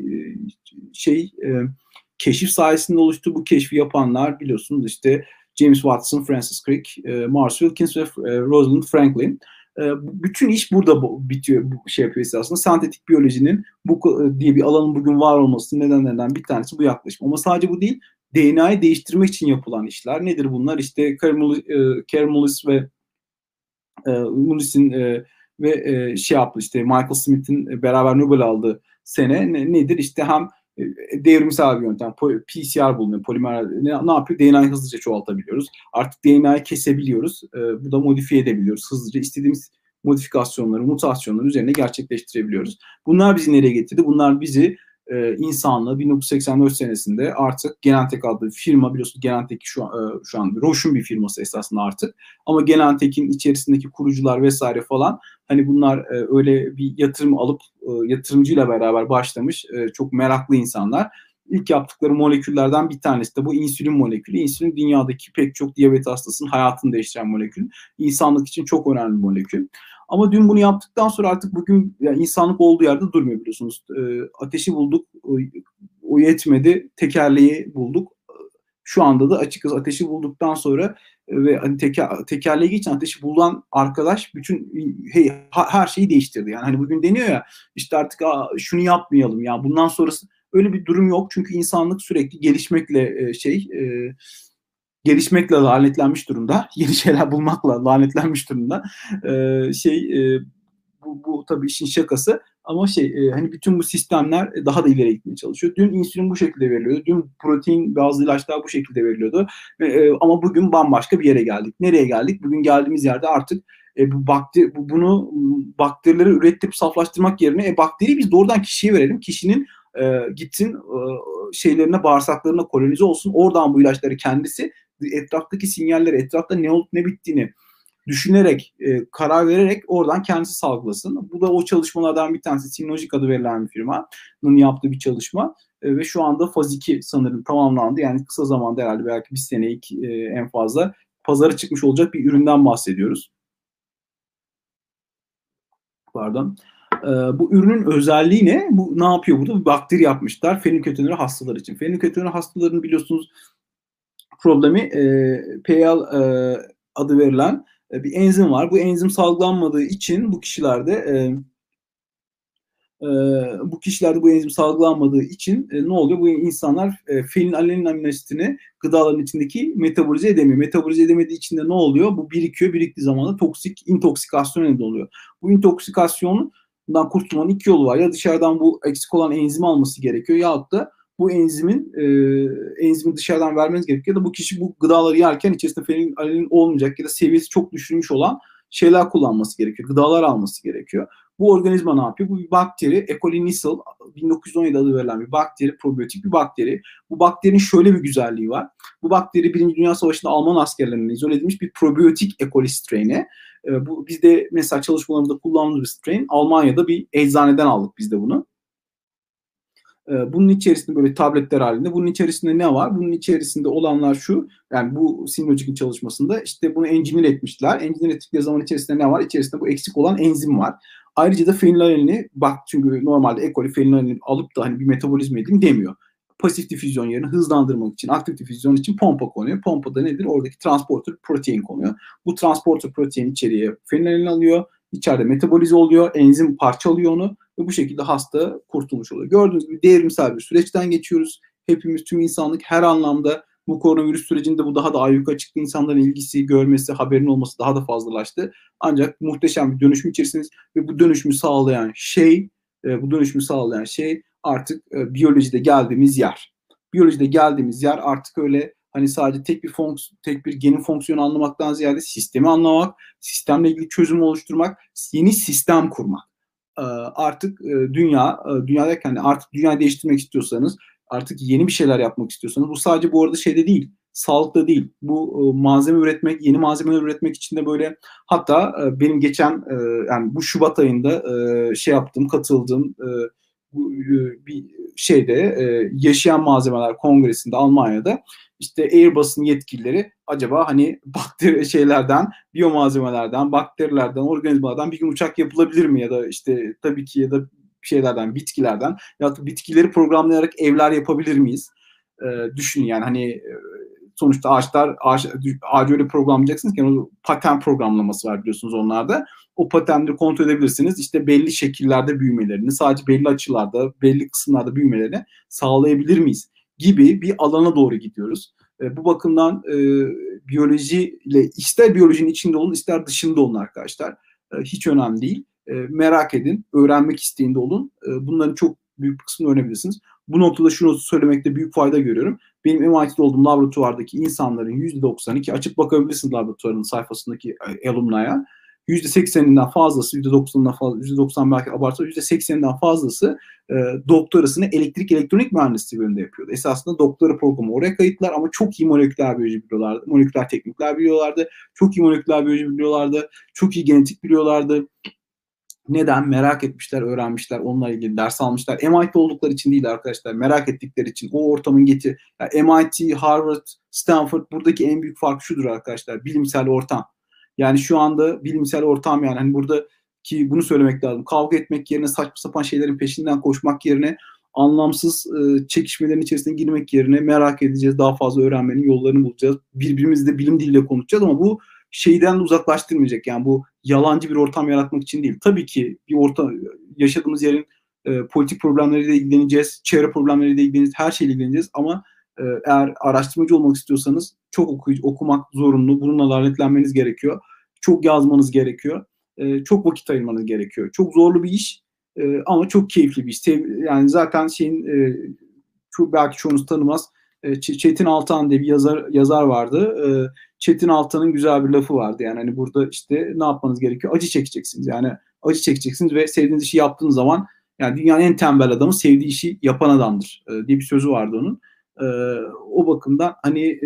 keşif sayesinde oluştu. Bu keşfi yapanlar biliyorsunuz işte James Watson, Francis Crick, Mars Wilkins ve Rosalind Franklin. Bütün iş burada bitiyor, bu şey yapıyor aslında. Sentetik biyolojinin bu diye bir alanın bugün var olmasının nedenlerinden bir tanesi bu yaklaşım. Ama sadece bu değil, DNA'yı değiştirmek için yapılan işler. Nedir bunlar? İşte Karl-Mullis ve Mullis'in ve şey yaptı işte Michael Smith'in beraber Nobel aldığı sene nedir? İşte hem devrimsel bir yöntem. PCR bulunuyor. Polimer ne yapıyor? DNA'yı hızlıca çoğaltabiliyoruz. Artık DNA'yı kesebiliyoruz. Bu da modifiye edebiliyoruz. Hızlıca istediğimiz modifikasyonları, mutasyonları üzerine gerçekleştirebiliyoruz. Bunlar bizi nereye getirdi? Bunlar bizi insanlığı 1984 senesinde artık Genentech adlı bir firma, biliyorsunuz Genentech şu an Roche'un bir firması esasında artık. Ama Genentech'in içerisindeki kurucular vesaire falan hani bunlar öyle bir yatırım alıp yatırımcıyla beraber başlamış çok meraklı insanlar. İlk yaptıkları moleküllerden bir tanesi de bu insülin molekülü. İnsülin dünyadaki pek çok diyabet hastasının hayatını değiştiren molekül. İnsanlık için çok önemli bir molekül. Ama dün bunu yaptıktan sonra artık bugün yani insanlık olduğu yerde durmuyor biliyorsunuz. Ateşi bulduk, o yetmedi, tekerleği bulduk. Şu anda da açıkçası ateşi bulduktan sonra ve hani tekerleği için ateşi bulan arkadaş bütün her şeyi değiştirdi. Yani hani bugün deniyor ya işte artık şunu yapmayalım ya bundan sonrası öyle bir durum yok. Çünkü insanlık sürekli gelişmekle gelişmekle lanetlenmiş durumda. Yeni şeyler bulmakla lanetlenmiş durumda. Bu tabii işin şakası. Ama hani bütün bu sistemler daha da ileri gitmeye çalışıyor. Dün insülin bu şekilde veriliyordu. Dün protein bazı ilaçlar bu şekilde veriliyordu. Ama bugün bambaşka bir yere geldik. Nereye geldik? Bugün geldiğimiz yerde artık bunu bakterileri üretip saflaştırmak yerine bakteriyi biz doğrudan kişiye verelim. Kişinin gitsin şeylerine, bağırsaklarına kolonize olsun. Oradan bu ilaçları kendisi etraftaki sinyalleri, etrafta ne olup ne bittiğini düşünerek, karar vererek oradan kendisi salgılasın. Bu da o çalışmalardan bir tanesi. Synologic adı verilen bir firmanın yaptığı bir çalışma. Ve şu anda faz 2 sanırım tamamlandı. Yani kısa zamanda herhalde belki bir sene en fazla pazara çıkmış olacak bir üründen bahsediyoruz. Pardon. Bu ürünün özelliği ne? Bu ne yapıyor burada? Bir bakteri yapmışlar fenilketonuri hastalar için. Fenilketonuri hastalarını biliyorsunuz problemi PL adı verilen bir enzim var. Bu enzim salgılanmadığı için bu kişilerde bu enzim salgılanmadığı için ne oluyor? Bu insanlar fenilalanin amino asitini gıdaların içindeki metabolize edemiyor. Metabolize edemediği için de ne oluyor? Bu birikiyor. Biriktiği zaman da intoksikasyon elde oluyor. Bu intoksikasyondan kurtulmanın iki yolu var. Ya dışarıdan bu eksik olan enzimi alması gerekiyor yahut da bu enzimi dışarıdan vermeniz gerekiyor ya da bu kişi bu gıdaları yerken içerisinde fenilalanin olmayacak ya da seviyesi çok düşürmüş olan şeyler kullanması gerekiyor. Gıdalar alması gerekiyor. Bu organizma ne yapıyor? Bu bir bakteri, E. coli Nissl, 1917 adı verilen bir bakteri, probiyotik bir bakteri. Bu bakterinin şöyle bir güzelliği var. Bu bakteri 1. Dünya Savaşı'nda Alman askerlerinden izole edilmiş bir probiyotik E. coli straini. Bu bizde mesela çalışmalarımızda kullandığımız bir strain. Almanya'da bir eczaneden aldık biz de bunu. Bunun içerisinde böyle tabletler halinde. Bunun içerisinde ne var? Bunun içerisinde olanlar şu. Yani bu Synologic'in çalışmasında işte bunu engineer etmişler. Engineer ettikleri zaman içerisinde ne var? İçerisinde bu eksik olan enzim var. Ayrıca da fenilalanini çünkü normalde E. coli fenilalanini alıp da hani bir metabolizma edeyim demiyor. Pasif difüzyon yerine hızlandırmak için, aktif difüzyon için pompa konuyor. Pompada nedir? Oradaki transporter protein konuyor. Bu transporter protein içeriye fenilalanini alıyor. İçeride metabolize oluyor. Enzim parçalıyor onu ve bu şekilde hasta kurtulmuş oluyor. Gördüğünüz gibi devrimsel bir süreçten geçiyoruz. Hepimiz, tüm insanlık her anlamda Bu koronavirüs sürecinde bu daha da ayyuka çıktı. İnsanların ilgisi, görmesi, haberin olması daha da fazlalaştı. Ancak muhteşem bir dönüşüm içerisindeyiz ve bu dönüşümü sağlayan şey artık biyolojide geldiğimiz yer. Biyolojide geldiğimiz yer artık öyle hani sadece tek bir genin fonksiyonu anlamaktan ziyade sistemi anlamak, sistemle ilgili çözüm oluşturmak, yeni sistem kurmak. Artık dünyadayken artık dünyayı değiştirmek istiyorsanız, artık yeni bir şeyler yapmak istiyorsanız, bu sadece bu arada şeyde değil, sağlıkta değil. Bu malzeme üretmek, yeni malzemeler üretmek için de böyle, hatta benim geçen yani bu Şubat ayında katıldığım bir yaşayan malzemeler kongresinde Almanya'da işte Airbus'un yetkilileri acaba hani biyomalzemelerden, bakterilerden, organizmalardan bir gün uçak yapılabilir mi, ya da işte tabii ki ya da bitkilerden, ya da bitkileri programlayarak evler yapabilir miyiz? Düşünün yani hani sonuçta ağacı öyle programlayacaksınız ki yani patent programlaması var biliyorsunuz onlarda. O patentleri kontrol edebilirsiniz. İşte belli şekillerde büyümelerini, sadece belli açılarda, belli kısımlarda büyümelerini sağlayabilir miyiz gibi bir alana doğru gidiyoruz. Bu bakımdan biyolojiyle, ister biyolojinin içinde olun, ister dışında olun arkadaşlar. Hiç önemli değil. Merak edin, öğrenmek isteğinde olun. Bunların çok büyük bir kısmını öğrenebilirsiniz. Bu noktada şunu söylemekte büyük fayda görüyorum. Benim MIT'de olduğum laboratuvardaki insanların %92, açıp bakabilirsiniz laboratuvarın sayfasındaki alumni'ya. %80'inden fazlası, %90'ından fazla, %90 belki abartı, %80'inden fazlası doktorasını elektrik elektronik mühendisliği bölümünde yapıyordu. Esasında doktora programı oraya kayıtlar ama çok iyi moleküler biyoloji biliyorlardı. Moleküler teknikler biliyorlardı. Çok iyi moleküler biyoloji biliyorlardı. Çok iyi genetik biliyorlardı. Neden? Merak etmişler, öğrenmişler, onunla ilgili ders almışlar. MIT oldukları için değil arkadaşlar, merak ettikleri için o ortamın yani MIT, Harvard, Stanford, buradaki en büyük fark şudur arkadaşlar, bilimsel ortam. Yani şu anda bilimsel ortam, yani hani burada ki bunu söylemek lazım. Kavga etmek yerine, saçma sapan şeylerin peşinden koşmak yerine, anlamsız çekişmelerin içerisine girmek yerine merak edeceğiz, daha fazla öğrenmenin yollarını bulacağız. Birbirimizle bilim diliyle konuşacağız ama bu şeyden uzaklaştırmayacak. Yani bu yalancı bir ortam yaratmak için değil. Tabii ki yaşadığımız yerin politik problemleriyle ilgileneceğiz, çevre problemleriyle ilgileneceğiz, her şeyle ilgileneceğiz ama eğer araştırmacı olmak istiyorsanız çok okumak zorunlu. Bununla lanetlenmeniz gerekiyor. Çok yazmanız gerekiyor. Çok vakit ayırmanız gerekiyor. Çok zorlu bir iş ama çok keyifli bir iş. Yani zaten belki çoğunuz tanımaz. Çetin Altan diye bir yazar vardı. Çetin Altan'ın güzel bir lafı vardı. Yani hani burada işte ne yapmanız gerekiyor? Acı çekeceksiniz. Yani acı çekeceksiniz ve sevdiğiniz işi yaptığınız zaman, yani dünyanın en tembel adamı sevdiği işi yapan adamdır diye bir sözü vardı onun. O bakımdan hani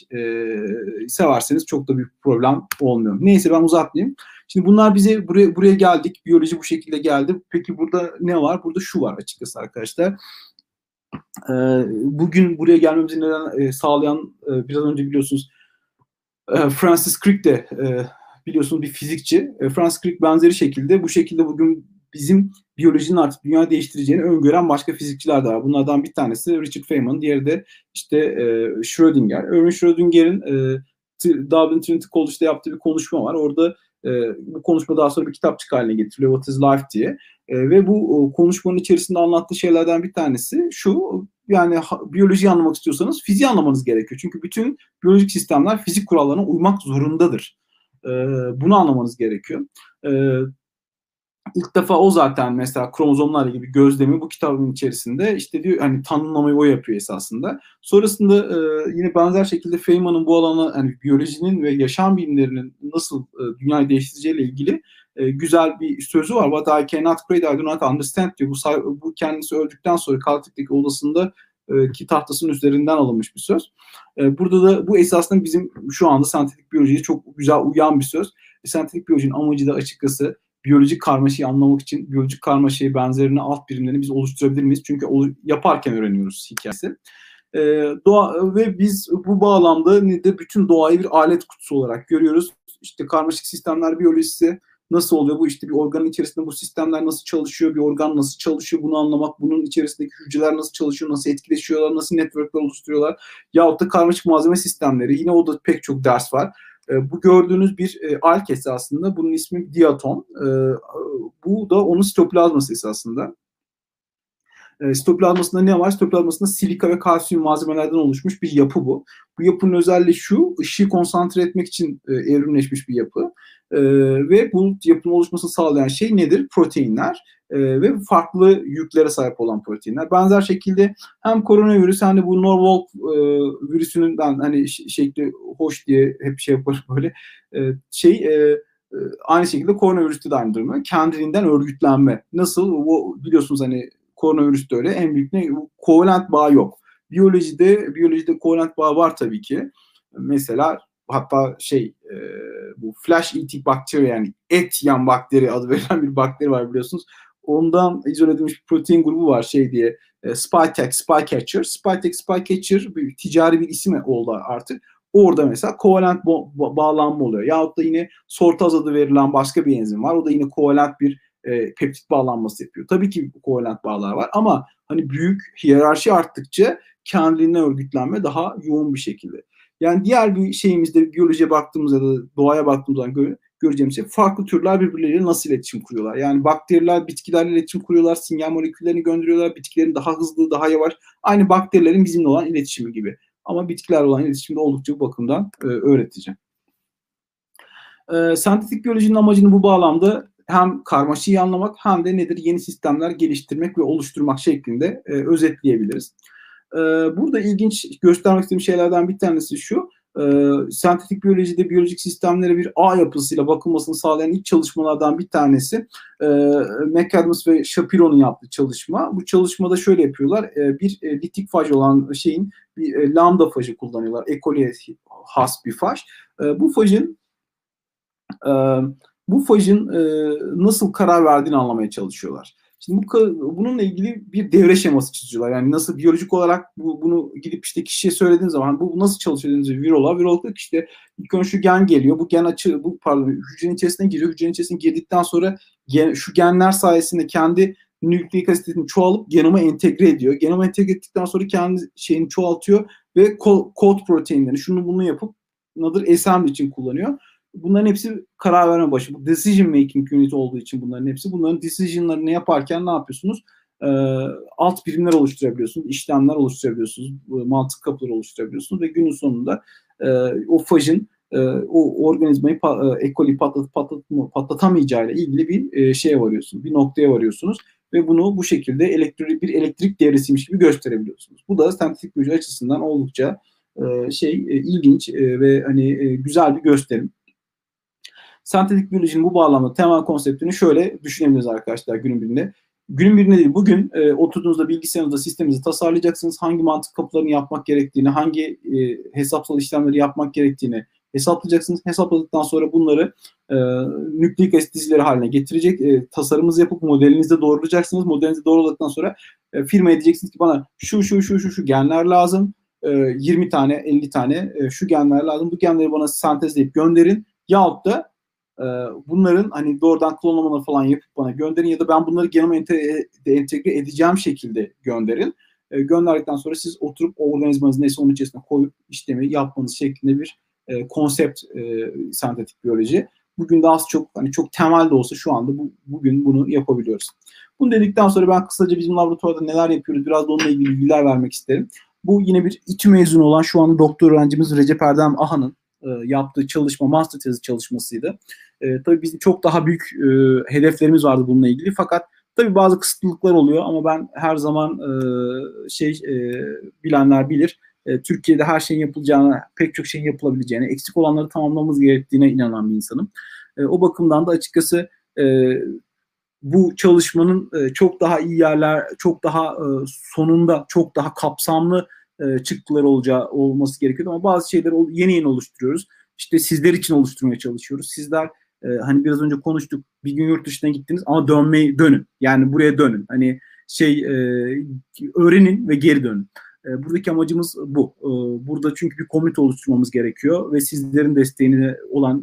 severseniz çok da büyük problem olmuyor. Neyse, ben uzatmayayım. Şimdi bunlar bize buraya geldik. Biyoloji bu şekilde geldi. Peki burada ne var? Burada şu var açıkçası arkadaşlar. Bugün buraya gelmemizi neden sağlayan, biraz önce biliyorsunuz Francis Crick de biliyorsunuz bir fizikçi. Francis Crick benzeri şekilde bu şekilde bugün bizim biyolojinin artık dünya değiştireceğini öngören başka fizikçiler de var. Bunlardan bir tanesi Richard Feynman, diğeri de işte Schrödinger. Erwin Schrödinger'in Dublin Trinity College'da yaptığı bir konuşma var. Orada bu konuşma daha sonra bir kitapçık haline getiriliyor, What is Life diye. Ve bu konuşmanın içerisinde anlattığı şeylerden bir tanesi şu: yani biyolojiyi anlamak istiyorsanız fiziği anlamanız gerekiyor. Çünkü bütün biyolojik sistemler fizik kurallarına uymak zorundadır. Bunu anlamanız gerekiyor. İlk defa o zaten mesela kromozomlarla ilgili bir gözlemi bu kitabın içerisinde işte diyor, hani tanımlamayı o yapıyor esasında. Sonrasında yine benzer şekilde Feynman'ın bu alana, yani biyolojinin ve yaşam bilimlerinin nasıl dünyayı değiştireceğiyle ilgili güzel bir sözü var. What I cannot create, I do not understand diyor. Bu kendisi öldükten sonra Caltech'teki odasında ki tahtasının üzerinden alınmış bir söz. Burada da bu esasında bizim şu anda sentetik biyolojiye çok güzel uyan bir söz. Sentetik biyolojinin amacı da açıkçası biyolojik karmaşayı anlamak için biyolojik karmaşayı, benzerini, alt birimlerini biz oluşturabilir miyiz? Çünkü yaparken öğreniyoruz hikayesi. Ve biz bu bağlamda de bütün doğayı bir alet kutusu olarak görüyoruz. İşte karmaşık sistemler biyolojisi nasıl oluyor? Bu işte bir organın içerisinde bu sistemler nasıl çalışıyor? Bir organ nasıl çalışıyor? Bunu anlamak. Bunun içerisindeki hücreler nasıl çalışıyor? Nasıl etkileşiyorlar? Nasıl networkler oluşturuyorlar? Yahut da karmaşık malzeme sistemleri. Yine o da pek çok ders var. Bu gördüğünüz bir alg esasında. Bunun ismi diatom. Bu da onun sitoplazması esasında. Sitoplazmasında ne var? Sitoplazmasında silika ve kalsiyum malzemelerden oluşmuş bir yapı bu. Bu yapının özelliği şu, ışığı konsantre etmek için evrimleşmiş bir yapı. Ve bu yapının oluşmasını sağlayan şey nedir? Proteinler ve farklı yüklere sahip olan proteinler. Benzer şekilde hem koronavirüs hem de bu Norwalk virüsünün hani şekli hoş diye hep şey yapar böyle aynı şekilde koronavirüste de aynı durum. Kendiliğinden örgütlenme. Nasıl? Bu biliyorsunuz hani koronavirüste öyle. En büyük ne? Kovalent bağ yok. Biyolojide kovalent bağ var tabii ki. Mesela hatta bu flash eating bakteri yani et yiyen bakteri adı verilen bir bakteri var biliyorsunuz. Ondan izole edilmiş bir protein grubu var Spiketex, Spycatcher bir ticari bir isim oldu artık. Orada mesela kovalent bağlanma oluyor. Yahut da yine sortaz adı verilen başka bir enzim var. O da yine kovalent bir peptit bağlanması yapıyor. Tabii ki kovalent bağlar var ama hani büyük hiyerarşi arttıkça kendiliğinden örgütlenme daha yoğun bir şekilde. Yani diğer bir şeyimizde biyolojiye baktığımızda ya da doğaya baktığımızda göreceğimiz şey farklı türler birbirleriyle nasıl iletişim kuruyorlar. Yani bakteriler bitkilerle iletişim kuruyorlar, sinyal moleküllerini gönderiyorlar, bitkilerin daha hızlı, daha yavaş. Aynı bakterilerin bizimle olan iletişimi gibi. Ama bitkilerle olan iletişimde oldukça bu bakımdan öğreteceğim. Sentetik biyolojinin amacını bu bağlamda hem karmaşayı anlamak hem de nedir yeni sistemler geliştirmek ve oluşturmak şeklinde özetleyebiliriz. Burada ilginç göstermek istediğim şeylerden bir tanesi şu. Sentetik biyolojide biyolojik sistemlere bir ağ yapısıyla bakılmasını sağlayan ilk çalışmalardan bir tanesi McAdams ve Shapiro'nun yaptığı çalışma. Bu çalışmada şöyle yapıyorlar. Bir litik faj olan şeyin bir lambda fajı kullanıyorlar. E. coli'ye has bir faj. Bu fajın nasıl karar verdiğini anlamaya çalışıyorlar. Şimdi bununla ilgili bir devre şeması çiziyorlar. Yani nasıl biyolojik olarak bunu gidip işte kişiye söylediğiniz zaman bu nasıl çalışıyor dediğinizde virolog işte ilk önce şu gen geliyor. Bu gen hücrenin içerisine giriyor. Hücrenin içerisine girdikten sonra şu genler sayesinde kendi nükleik asitini çoğalıp genoma entegre ediyor. Genoma entegre ettikten sonra kendi şeyini çoğaltıyor ve kod proteinlerini şunu bunu yapıp assembly için kullanıyor. Bunların hepsi karar verme başı. Bu decision making unit olduğu için bunların hepsi. Bunların decision'larını yaparken ne yapıyorsunuz? Alt birimler oluşturabiliyorsunuz, işlemler oluşturabiliyorsunuz, mantık kapıları oluşturabiliyorsunuz ve günün sonunda o fajın o organizmayı E. coli patlatamayacağıyla ilgili bir şeye varıyorsunuz, bir noktaya varıyorsunuz ve bunu bu şekilde bir elektrik devresiymiş gibi gösterebiliyorsunuz. Bu da sentetik biyoloji açısından oldukça ilginç ve hani güzel bir gösterim. Sentetik biyolojinin bu bağlamda temel konseptini şöyle düşünebiliriz arkadaşlar günün birinde. Günün birinde değil, bugün oturduğunuzda bilgisayarınızda sisteminizi tasarlayacaksınız. Hangi mantık kapılarını yapmak gerektiğini, hangi hesapsal işlemleri yapmak gerektiğini hesaplayacaksınız. Hesapladıktan sonra bunları nükleik asit dizileri haline getirecek, tasarımınızı yapıp modelinizde doğrulayacaksınız. Modelinizi doğruladıktan sonra firmaya diyeceksiniz ki bana şu genler lazım. 20 tane, 50 tane şu genler lazım. Bu genleri bana sentezleyip gönderin. Yahut da bunların hani doğrudan klonlamaları falan yapıp bana gönderin ya da ben bunları genoma entegre edeceğim şekilde gönderin. Gönderdikten sonra siz oturup organizmanızı neyse onun içerisine koyup işlemi yapmanız şeklinde bir konsept sentetik biyoloji. Bugün de az çok hani çok temel de olsa şu anda bugün bunu yapabiliyoruz. Bunu dedikten sonra ben kısaca bizim laboratuvarda neler yapıyoruz biraz da onunla ilgili bilgiler vermek isterim. Bu yine bir İTÜ mezunu olan şu anda doktor öğrencimiz Recep Erdem Aha'nın yaptığı çalışma, master tezi çalışmasıydı. Tabii bizim çok daha büyük hedeflerimiz vardı bununla ilgili. Fakat tabii bazı kısıtlılıklar oluyor ama ben her zaman bilenler bilir. Türkiye'de her şeyin yapılacağına, pek çok şeyin yapılabileceğine, eksik olanları tamamlamamız gerektiğine inanan bir insanım. O bakımdan da açıkçası bu çalışmanın çok daha iyi yerler, çok daha sonunda çok daha kapsamlı çıktılar olması gerekiyor ama bazı şeyleri yeni oluşturuyoruz. İşte sizler için oluşturmaya çalışıyoruz. Sizler hani biraz önce konuştuk. Bir gün yurt dışına gittiniz ama dönün. Yani buraya dönün. Hani öğrenin ve geri dönün. Buradaki amacımız bu. Burada çünkü bir komite oluşturmamız gerekiyor ve sizlerin desteğine olan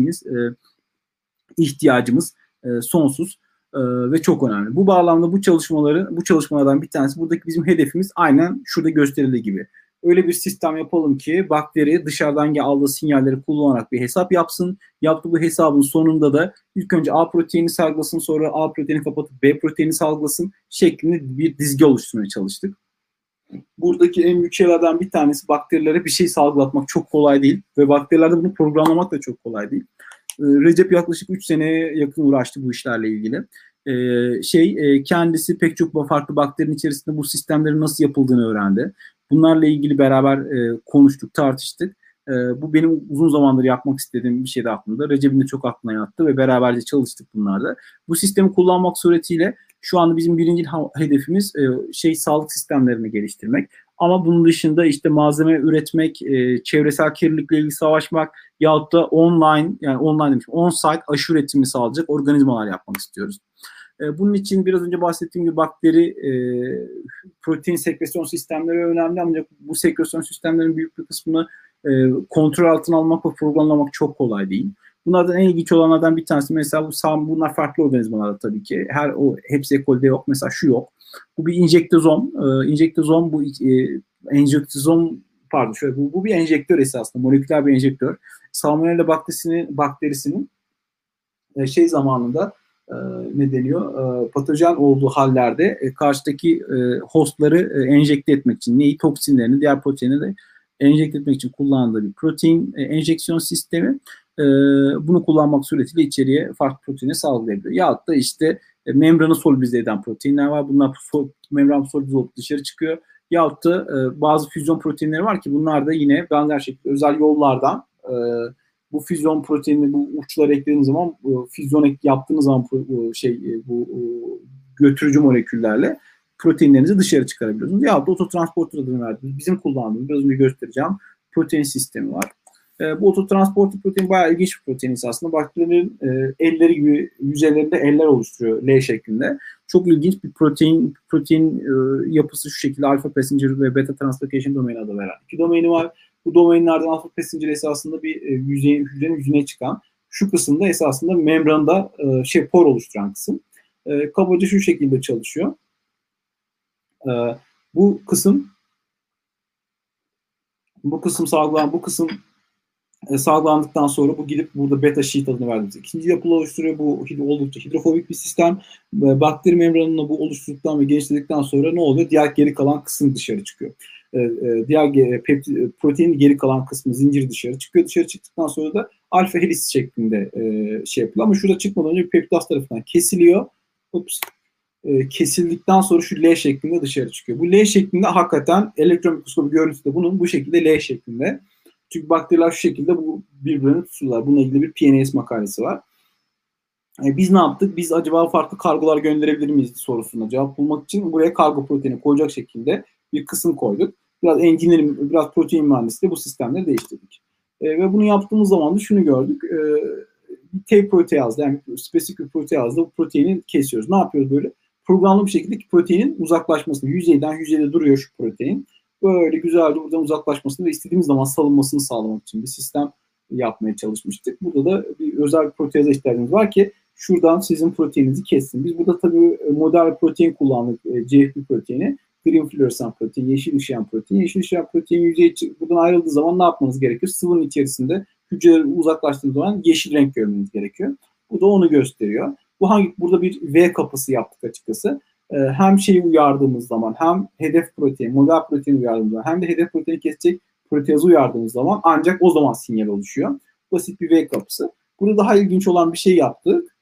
ihtiyacımız sonsuz ve çok önemli. Bu bağlamda bu çalışmalardan bir tanesi buradaki bizim hedefimiz aynen şurada gösterildiği gibi. öyle bir sistem yapalım ki bakteri dışarıdan aldığı sinyalleri kullanarak bir hesap yapsın. Yaptığı bu hesabın sonunda da ilk önce A proteini salgılasın, sonra A proteini kapatıp B proteini salgılasın şeklinde bir dizge oluşturmaya çalıştık. Buradaki en büyük şeylerden bir tanesi, bakterilere bir şey salgılatmak çok kolay değil ve bakterilerde bunu programlamak da çok kolay değil. Recep yaklaşık 3 seneye yakın uğraştı bu işlerle ilgili. Kendisi pek çok farklı bakterinin içerisinde bu sistemlerin nasıl yapıldığını öğrendi. Bunlarla ilgili beraber konuştuk, tartıştık. Bu benim uzun zamandır yapmak istediğim bir şeydi aklımda. Recep'in de çok aklına yattı ve beraberce çalıştık bunlarda. Bu sistemi kullanmak suretiyle şu anda bizim birinci hedefimiz sağlık sistemlerini geliştirmek. Ama bunun dışında işte malzeme üretmek, çevresel kirlilikle ilgili savaşmak yahut da on-site aşı üretimi sağlayacak organizmalar yapmak istiyoruz. Bunun için biraz önce bahsettiğim gibi bakteri protein sekresyon sistemleri önemli, ancak bu sekresyon sistemlerinin büyük bir kısmını kontrol altına almak ve programlamak çok kolay değil. Bunlardan en ilginç olanlardan bir tanesi mesela bunlar farklı organizmalar tabii ki. Hepsi ekolde yok. Mesela şu yok. Bu bir enjektozom. Bu bir enjektör esasında. Moleküler bir enjektör. Salmonella bakterisinin zamanında patojen olduğu hallerde karşıdaki hostları enjekte etmek için toksinlerini, diğer proteinleri de enjekte etmek için kullandığı bir protein enjeksiyon sistemi. Bunu kullanmak suretiyle içeriye farklı proteini salgılayabiliyor. Yahut da işte membranı solübize eden proteinler var. Bunlar membran solübize olup dışarı çıkıyor. Yahut da bazı füzyon proteinleri var ki bunlar da yine benzer şekilde özel yollardan bu füzyon proteinini bu uçlara eklediğiniz zaman füzyon yaptığınız zaman götürücü moleküllerle proteinlerinizi dışarı çıkarabiliyorsunuz. Yahut da ototransporter adını verdiğimiz, bizim kullandığımız, biraz önce göstereceğim protein sistemi var. Bu ototransporter protein bayağı ilginç bir protein aslında. Bakterilerin elleri gibi yüzeylerinde eller oluşturuyor L şeklinde. Çok ilginç bir protein yapısı şu şekilde: alfa passenger ve beta translocation domain adı veren 2 domaini var. Bu domainlerden alfa passenger esasında bir hücrenin yüzüne çıkan, şu kısımda esasında membranda por oluşturan kısım. Kabaca şu şekilde çalışıyor. Bu kısım sağlandıktan sonra bu gidip burada beta sheet adını verdiğimiz ikinci yapılı oluşturuyor. Bu oldukça hidrofobik bir sistem. Bakteri membranını bu oluşturduktan ve genişledikten sonra ne oluyor? Diğer geri kalan kısım dışarı çıkıyor. Proteinin geri kalan kısmı, zincir dışarı çıkıyor. Dışarı çıktıktan sonra da alfa helis şeklinde yapılıyor. Ama şurada çıkmadan önce bir peptidaz tarafından kesiliyor. Kesildikten sonra şu L şeklinde dışarı çıkıyor. Bu L şeklinde hakikaten elektron mikroskobu görüntüsü de bunun bu şekilde L şeklinde. Çünkü bakteriler şu şekilde birbirlerini tutuyorlar. Bununla ilgili bir PNAS makalesi var. Biz ne yaptık? Biz acaba farklı kargolar gönderebilir miyiz sorusuna cevap bulmak için buraya kargo proteini koyacak şekilde bir kısım koyduk. Biraz protein mühendisliği bu sistemleri değiştirdik. Ve bunu yaptığımız zaman da şunu gördük. T proteazda, yani spesifik proteazda bu proteini kesiyoruz. Ne yapıyoruz böyle? Programlı bir şekilde proteinin uzaklaşmasını, yüzeyde duruyor şu protein. Böyle güzelce buradan uzaklaşmasını ve istediğimiz zaman salınmasını sağlamak için bir sistem yapmaya çalışmıştık. Burada da bir özel bir proteaza ihtiyacımız var ki şuradan sizin proteininizi kessin. Biz burada tabii model protein kullandık, GFP proteini. Green fluorescent protein, yeşil ışıyan protein. Yeşil ışıyan protein yüzeye buradan ayrıldığı zaman ne yapmanız gerekiyor? Sıvının içerisinde hücreleri uzaklaştığınız zaman yeşil renk görmeniz gerekiyor. Bu da onu gösteriyor. Burada bir V kapısı yaptık açıkçası. Hem şeyi uyardığımız zaman, hem hedef protein, model protein uyardığımız zaman, hem de hedef proteini kesecek proteazı uyardığımız zaman ancak o zaman sinyal oluşuyor. Basit bir V kapısı. Burada daha ilginç olan bir şey yaptık.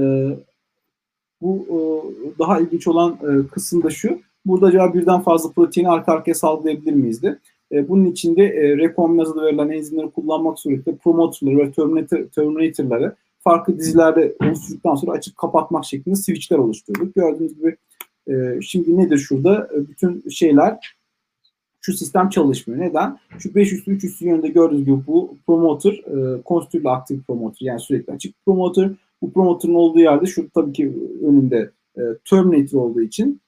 Bu daha ilginç olan kısım da şu. Burada acaba birden fazla proteini arka arkaya salgılayabilir miyiz de? Bunun için de rekombinaz adı verilen enzimleri kullanmak suretiyle promoterları ve terminatorları farklı dizilerde oluşturduktan sonra açıp kapatmak şeklinde switchler oluşturduk. Gördüğünüz gibi şimdi nedir şurada? Bütün şeyler, şu sistem çalışmıyor. Neden? Şu 5 üstü 3 üstü yönünde gördüğünüz gibi bu promoter, konstitüyle aktif promoter, yani sürekli açık promoter. Bu promoter'ın olduğu yerde şu tabii ki önünde terminator olduğu için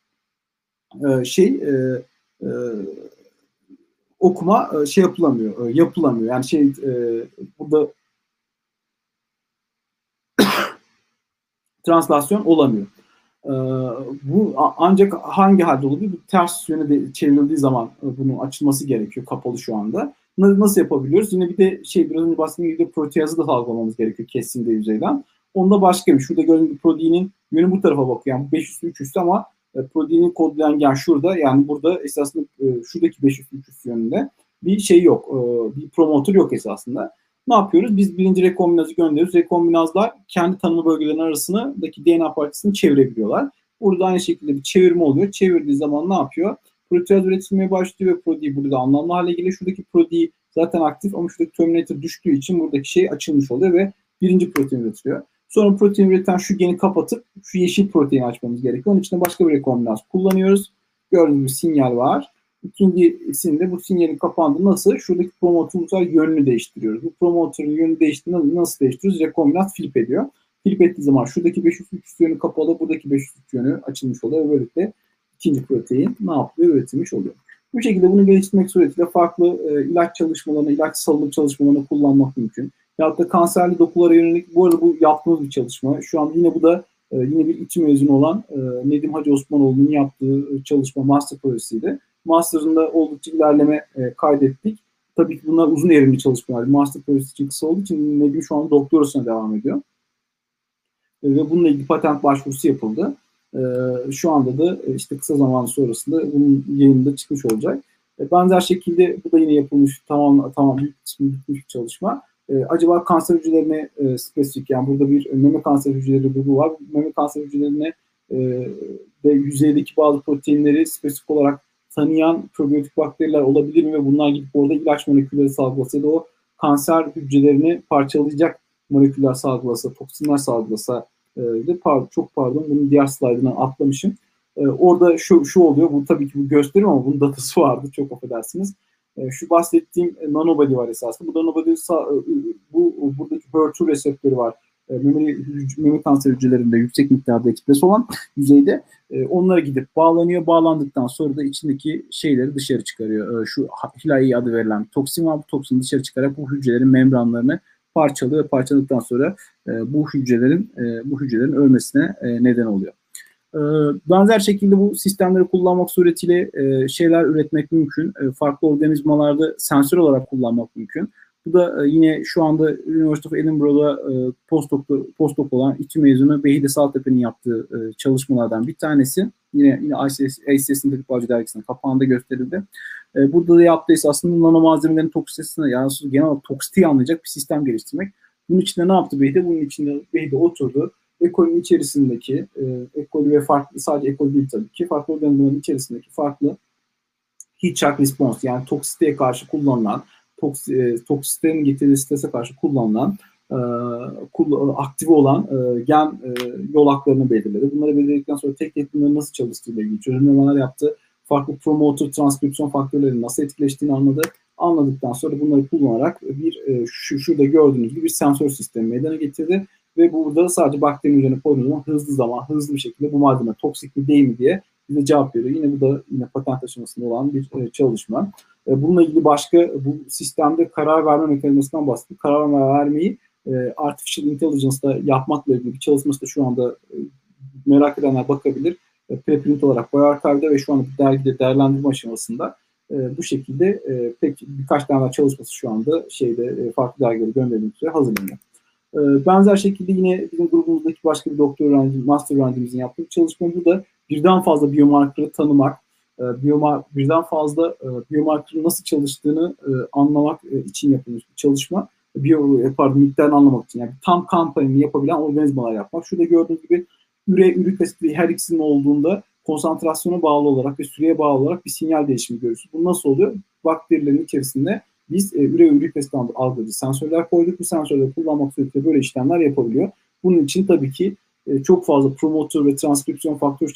okuma yapılamıyor. Yani burada translasyon olamıyor. Bu ancak hangi halde olabilir? Bu ters yöne de çevrildiği zaman bunun açılması gerekiyor. Kapalı şu anda. Nasıl yapabiliyoruz? Yine bir de biraz önce bahsettiğim gibi proteazı da salgılamamız gerekiyor kesimde yüzeyden. Onda başka bir. Şurada gördüğünüz proteinin yönü bu tarafa bakıyor. Yani 5 üstü 3 üstü ama proteinin kodlayan gen şurada. Yani burada esasında şuradaki 5 üstü 3 üstü yönünde bir şey yok. Bir promotör yok esasında. Ne yapıyoruz? Biz birinci rekombinazı gönderiyoruz. Rekombinazlar kendi tanımlı bölgelerin arasındaki DNA parçasını çevirebiliyorlar. Burada aynı şekilde bir çevirme oluyor. Çevirdiği zaman ne yapıyor? Proteaz üretilmeye başlıyor ve protein burada anlamlı hale geliyor. Şuradaki protein zaten aktif ama şuradaki terminator düştüğü için buradaki şey açılmış oluyor ve birinci protein üretiliyor. Sonra protein üreten şu geni kapatıp şu yeşil proteini açmamız gerekiyor. Onun için de başka bir rekombinaz kullanıyoruz. Gördüğünüz bir sinyal var. İkincisinde bu sinyalin kapandığı nasıl? Şuradaki promotörün yönünü değiştiriyoruz. Bu promotörün yönünü değiştirdiğinde nasıl değiştiriyoruz? Rekombinaz flip ediyor. Flip ettiği zaman şuradaki 503 yönü kapalı, buradaki 503 yönü açılmış oluyor. Ve böylelikle ikinci protein ne yapıyor? Üretilmiş oluyor. Bu şekilde bunu geliştirmek suretiyle farklı ilaç çalışmalarını, ilaç salınım çalışmalarını kullanmak mümkün. Ya da kanserli dokulara yönelik, bu arada bu yaptığımız bir çalışma. Şu an yine bu da yine bir İTÜ mezunu olan Nedim Hacı Osmanoğlu'nun yaptığı çalışma master projesiydi. Master'ında oldukça ilerleme kaydettik. Tabii ki bunlar uzun erimli çalışmalar. Master projesi için kısa olduğu için Nedim şu an doktorasına devam ediyor. Ve bununla ilgili patent başvurusu yapıldı. Şu anda da işte kısa zaman sonrasında bunun yayında çıkmış olacak. Benzer şekilde bu da yine yapılmış, tamam büyük kısmı bitmiş bir çalışma. Acaba kanser hücrelerine spesifik, yani burada bir meme kanser hücreleri grubu var. Meme kanser hücrelerine ve yüzeydeki bazı proteinleri spesifik olarak tanıyan probiyotik bakteriler olabilir mi ve bunlar gidip orada ilaç molekülleri salgılasa ya da o kanser hücrelerini parçalayacak moleküller salgılasa, toksinler salgılasa çok pardon, bunun diğer slaytından atlamışım. Orada şu oluyor, bu tabii ki bu gösterim ama bunun datası vardı, çok affedersiniz. Şu bahsettiğim nanobody var esasında. Bu nanobody, buradaki HER2 reseptörü var. Meme kanser hücrelerinde yüksek miktarda ekspres olan yüzeyde onlara gidip bağlanıyor. Bağlandıktan sonra da içindeki şeyleri dışarı çıkarıyor. Şu HILAI adı verilen toksin var. Bu toksini dışarı çıkararak bu hücrelerin membranlarını parçalıyor. Parçaladıktan sonra bu hücrelerin ölmesine neden oluyor. Benzer şekilde bu sistemleri kullanmak suretiyle şeyler üretmek mümkün. Farklı organizmalarda sensör olarak kullanmak mümkün. Bu da yine şu anda University of Edinburgh'da postdoc olan İTÜ mezunu Behide Saltepe'nin yaptığı çalışmalardan bir tanesi. Yine ICS'in Tıp Bağcı dergisinin kapağında gösterildi. Burada da yaptığı aslında nano malzemelerin toksisitesine, yani genel olarak toksitiği anlayacak bir sistem geliştirmek. Bunun içinde ne yaptı Behide? Bunun içinde Behide oturdu. E. coli'nin içerisindeki E. coli ve farklı, sadece E. coli değil tabii ki, farklı organizmaların içerisindeki farklı heat shock response, yani toksiteye karşı kullanılan, toksitenin getirdiği strese karşı kullanılan, aktive olan gen yolaklarını belirledi. Bunları belirledikten sonra tek tek bunların nasıl çalıştığıyla ilgili çözümlemeler yaptı. Farklı promoter, transkripsiyon faktörlerinin nasıl etkileştiğini anladı. Anladıktan sonra bunları kullanarak şurada gördüğünüz gibi bir sensör sistemi meydana getirdi. Ve burada sadece bakterinin üzerine koyduğunuz zaman hızlı bir şekilde bu malzeme toksik mi değil mi diye bize cevap veriyor. Yine bu da yine patent aşamasında olan bir çalışma. Bununla ilgili başka bu sistemde karar verme mekanizmasından bahsettim. Karar vermeyi Artificial Intelligence'da yapmakla ilgili bir çalışması da şu anda merak edenler bakabilir. Preprint olarak bioarchive'da ve şu anda dergide değerlendirme aşamasında bu şekilde birkaç tane daha çalışması şu anda farklı dergilere gönderilmek üzere hazırlanıyor. Benzer şekilde yine bizim grubumuzdaki başka bir doktor öğrenci, master öğrencimizin yaptığı bir çalışma. Bu da birden fazla biomarker'ı tanımak, birden fazla biomarker'ın nasıl çalıştığını anlamak için yapılmış bir çalışma. Miktarını anlamak için, yani tam kampanyayı yapabilen organizmalar yapmak. Şurada gördüğünüz gibi ürik asit her ikisinin olduğunda konsantrasyona bağlı olarak ve süreye bağlı olarak bir sinyal değişimi görüyorsunuz. Bu nasıl oluyor? Bakterilerin içerisinde biz ürik asit algılayıcı sensörler koyduk. Bu sensörleri kullanmak suretiyle böyle işlemler yapabiliyor. Bunun için tabii ki çok fazla promotör ve transkripsiyon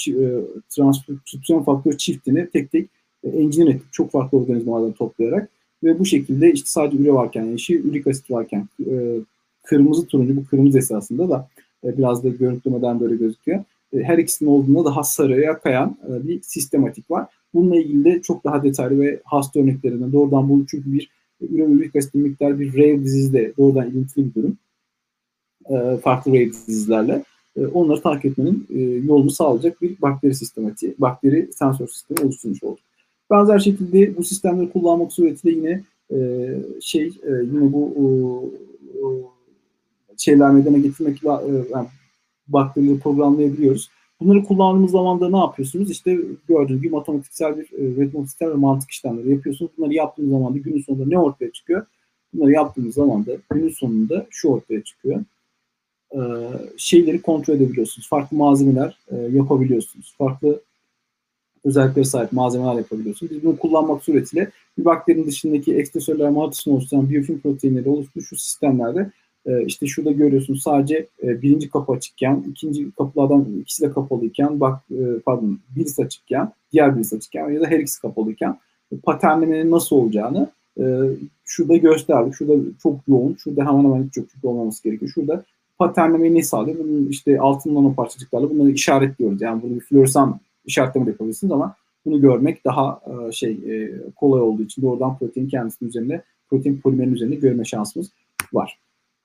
faktör çiftini tek tek engineer ettik. Çok farklı organizmalardan toplayarak ve bu şekilde işte sadece üre varken yeşil, ürik asit varken kırmızı turuncu, bu kırmızı esasında da biraz da görüntülemeden böyle gözüküyor. Her ikisinin olduğunda daha sarıya kayan bir sistematik var. Bununla ilgili de çok daha detaylı ve hasta örneklerinden doğrudan bu, çünkü bir ürik asit miktarı bir rare disease'de doğrudan ilintili bir durum. Farklı rare disease'lerle. onları takip etmenin yolunu sağlayacak bir bakteri sistematiği, bakteri sensör sistemi oluşturmuş olduk. Benzer şekilde bu sistemleri kullanmak suretiyle yine yine bu şeyler meydana getirmek yani bakterileri programlayabiliyoruz. Bunları kullandığımız zaman da ne yapıyorsunuz? İşte gördüğünüz gibi matematiksel matematiksel ve mantık işlemleri yapıyorsunuz. Bunları yaptığınız zaman da günün sonunda ne ortaya çıkıyor? Bunları yaptığınız zaman da günün sonunda şu ortaya çıkıyor. Şeyleri kontrol edebiliyorsunuz. Farklı malzemeler yapabiliyorsunuz. Farklı özelliklere sahip malzemeler yapabiliyorsunuz. Biz bunu kullanmak suretiyle bir bakterinin dışındaki ekstraselüler matrisini oluşturan biyofilm proteinleri oluştuğu şu sistemlerde işte şurada görüyorsunuz sadece birinci kapı açıkken, ikinci kapılardan ikisi de kapalıyken, birisi açıkken, diğer birisi açıkken ya da her ikisi kapalıyken paternlemenin nasıl olacağını şurada gösterdik. Şurada çok yoğun, şurada hemen hemen hiç çok olmaması gerekiyor. Şurada paternlemeyi ne sağlıyor? Bunun işte altın nanoparçacıklarla bunları işaretliyoruz. Yani burada bir floresan işaretleme de yapabilirsiniz ama bunu görmek daha kolay olduğu için doğrudan protein kendisinin üzerinde, protein polimerin üzerinde görme şansımız var.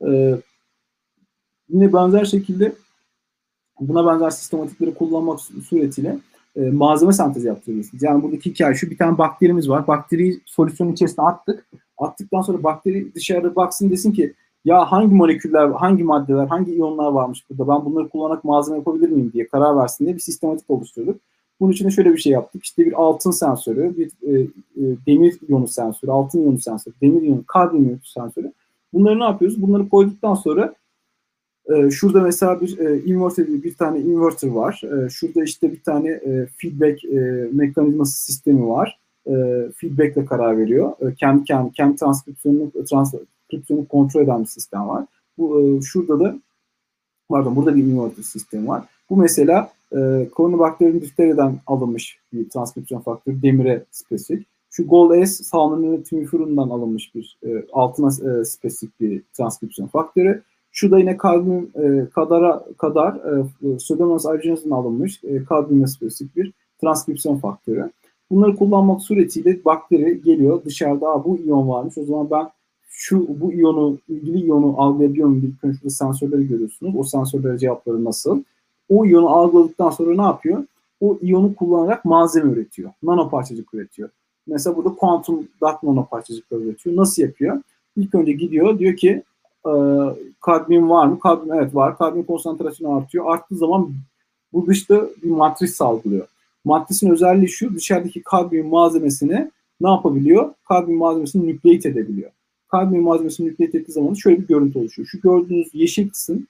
Yine benzer şekilde buna benzer sistematikleri kullanmak suretiyle malzeme sentezi yaptırabilirsiniz. Yani buradaki hikaye şu: bir tane bakterimiz var. Bakteriyi solüsyonun içerisine attık. Attıktan sonra bakteri dışarıda baksın, desin ki ya hangi moleküller, hangi maddeler, hangi iyonlar varmış burada, ben bunları kullanarak malzeme yapabilir miyim diye karar versin diye bir sistematik oluşturduk. Bunun için de şöyle bir şey yaptık. İşte bir altın sensörü, bir demir iyonu sensörü, altın iyonu sensörü, demir iyonu, kadmiyum iyonu sensörü. Bunları ne yapıyoruz? Bunları koyduktan sonra şurada mesela bir tane inverter var. Şurada işte bir tane feedback mekanizması sistemi var. Feedback'le karar veriyor. Kendi transkripsiyonunu kontrol eden bir sistem var. Şurada da burada bir inverter sistemi var. Bu mesela Corynebacterium diphtheria'dan alınmış bir transkripsiyon faktörü, demire spesifik. Şu Gold S Salmonella typhimurium'dan alınmış bir altına spesifik bir transkripsiyon faktörü. Şu da yine kadmiyum kadar Pseudomonas aeruginosus'dan alınmış kadmiyum spesifik bir transkripsiyon faktörü. Bunları kullanmak suretiyle bakteri geliyor dışarıda, bu iyon varmış, o zaman ben bu ilgili iyonu algılayabiliyor muyum? Şurada sensörleri görüyorsunuz. O sensörlere cevapları nasıl? O iyonu algıladıktan sonra ne yapıyor? O iyonu kullanarak malzeme üretiyor. Nanoparçacık üretiyor. Mesela burada kuantum dot nanoparçacıklar üretiyor. Nasıl yapıyor? İlk önce gidiyor, diyor ki kadmiyum var mı? Kadmiyum, evet var. Kadmiyum konsantrasyonu artıyor. Arttığı zaman bu dışta bir matris salgılıyor. Matrisin özelliği şu: dışarıdaki kadmiyum malzemesini ne yapabiliyor? Kadmiyum malzemesini nükleate edebiliyor. Kadmiyum malzemesini nükleate ettiği zaman şöyle bir görüntü oluşuyor. Şu gördüğünüz yeşil kısım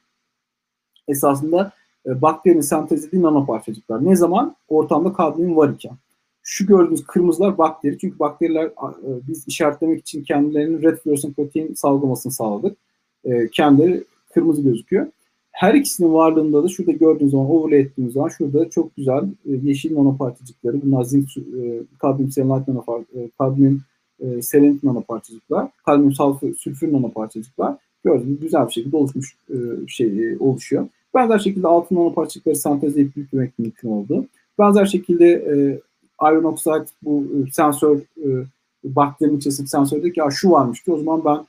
esasında bakterinin sentezlediği nanoparçacıklar. Ne zaman? Ortamda kadmiyum var iken. Şu gördüğünüz kırmızılar bakteri. Çünkü bakteriler biz işaretlemek için kendilerinin red fluorescent protein salgılamasını sağladık. Kendileri kırmızı gözüküyor. Her ikisinin varlığında da şurada gördüğünüz zaman, overlay ettiğimiz zaman şurada çok güzel yeşil nanoparçacıkları. Bunlar kadmiyum selenit kadmiyum selenit nanoparçacıklar, kadmiyum sülfür nanoparçacıklar gördüğünüz güzel bir şekilde oluşmuş oluşuyor. Benzer şekilde altın nanoparçacıkları sentezleyip yüklemek mümkün oldu. Benzer şekilde iron oxide bu sensör bakterinin içerisindeki sensördeki ya şu varmış diyor. O zaman ben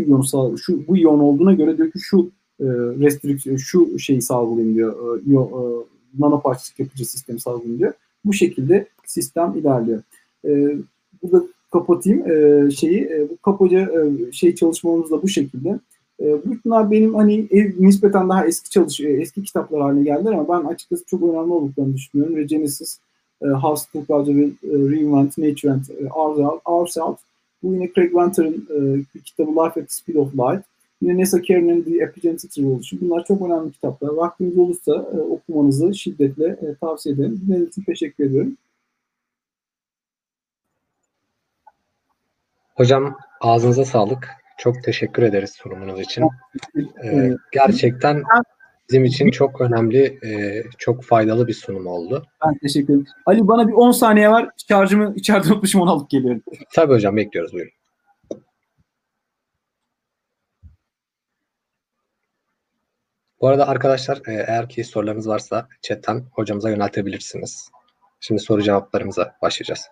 bu iyon olduğuna göre diyor ki şu restrüksiyon, şu şeyi salgılayayım diyor. Nanoparçacık yapıcı sistemi salgılayayım diyor. Bu şekilde sistem ilerliyor. Burada kapatayım bu kapaca çalışmamız da bu şekilde. Bunlar benim nispeten daha eski kitaplar haline geldiler ama ben açıkçası çok önemli olduklarını düşünüyorum. Regenesis, How to Reinvent Nature and Ourselves. Bu yine Craig Venter'ın bir kitabı, Life at the Speed of Light. Yine Nessa Kearney'nin The Epigenetic Revolution. Bunlar çok önemli kitaplar. Vaktiniz olursa okumanızı şiddetle tavsiye ederim. Dinlediğiniz için teşekkür ediyorum. Hocam ağzınıza sağlık. Çok teşekkür ederiz sunumunuz için. Gerçekten bizim için çok önemli, çok faydalı bir sunum oldu. Ben teşekkür ederim. Ali, bana bir 10 saniye var. Şarjımı içeride unutmuşum, onu alıp geliyorum. Tabii hocam, bekliyoruz. Buyurun. Bu arada arkadaşlar, eğer ki sorularınız varsa chatten hocamıza yöneltebilirsiniz. Şimdi soru cevaplarımıza başlayacağız.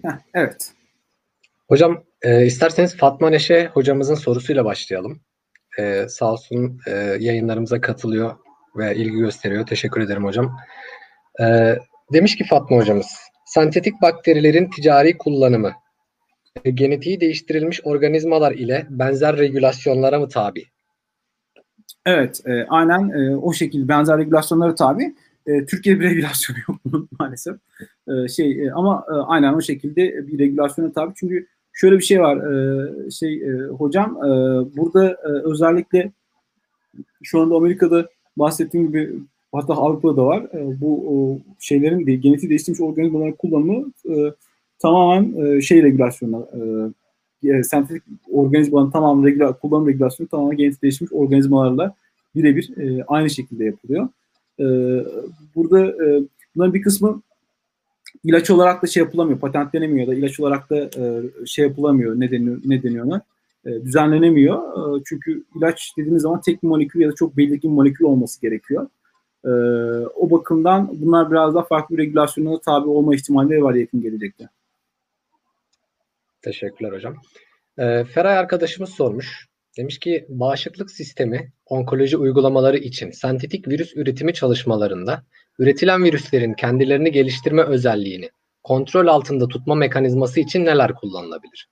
Evet. Hocam isterseniz Fatma Neşe hocamızın sorusuyla başlayalım. Sağ olsun yayınlarımıza katılıyor ve ilgi gösteriyor. Teşekkür ederim hocam. E, Demiş ki Fatma hocamız, sentetik bakterilerin ticari kullanımı genetiği değiştirilmiş organizmalar ile benzer regülasyonlara mı tabi? Evet, aynen o şekilde benzer regülasyonlara tabi. Türkiye'de bir regülasyonu yok bunun maalesef. Ama aynen o şekilde bir regülasyona tabi. Çünkü şöyle bir şey var, hocam, burada özellikle şu anda Amerika'da bahsettiğim gibi, hatta Avrupa'da var. Bu şeylerin genetiği değiştirilmiş organizmaların kullanımı tamamen regülasyonlar. Sentetik organizmanın tamamı kullanım regülasyonu tamamen genetik değişmiş organizmalarla birebir aynı şekilde yapılıyor. E, Burada bunların bir kısmı ilaç olarak da yapılamıyor, patentlenemiyor da ilaç olarak da yapılamıyor. Ne deniyor ona? Düzenlenemiyor. Çünkü ilaç dediğiniz zaman tek bir molekül ya da çok belirgin molekül olması gerekiyor. O bakımdan bunlar biraz daha farklı bir regülasyonuna tabi olma ihtimalleri var yakın gelecekte. Teşekkürler hocam. Feray arkadaşımız sormuş. Demiş ki bağışıklık sistemi onkoloji uygulamaları için sentetik virüs üretimi çalışmalarında üretilen virüslerin kendilerini geliştirme özelliğini kontrol altında tutma mekanizması için neler kullanılabilir?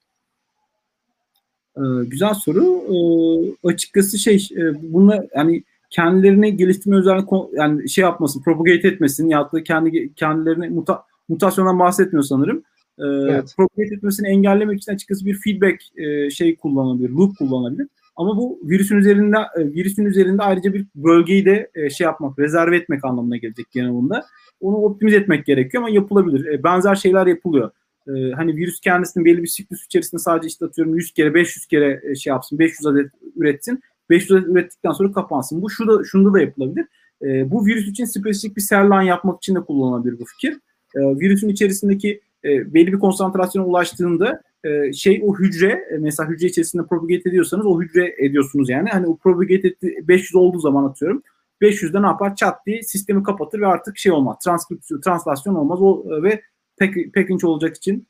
Güzel soru. Açıkçası bunlar yani kendilerini geliştirme özelliği yani yapmasın, propagate etmesin ya da kendilerini mutasyondan bahsetmiyor sanırım. Evet. Propagate etmesini engellemek için açıkçası bir feedback kullanılabilir, loop kullanılabilir. Ama bu virüsün üzerinde ayrıca bir bölgeyi de yapmak, rezerve etmek anlamına gelecek genelinde. Onu optimize etmek gerekiyor ama yapılabilir. Benzer şeyler yapılıyor. Hani virüs kendisinin belli bir siklus içerisinde sadece atıyorum 100 kere 500 kere yapsın, 500 adet üretsin. 500 adet ürettikten sonra kapansın. Bu şunda da yapılabilir. Bu virüs için spesifik bir cell line yapmak için de kullanılabilir bu fikir. Virüsün içerisindeki belli bir konsantrasyona ulaştığında o hücre, mesela hücre içerisinde propagate ediyorsanız o hücre ediyorsunuz yani. Hani o propagate etti 500 olduğu zaman atıyorum 500'de ne yapar? Çat diye sistemi kapatır ve artık olmaz. Translasyon olmaz. Ve packing olacak için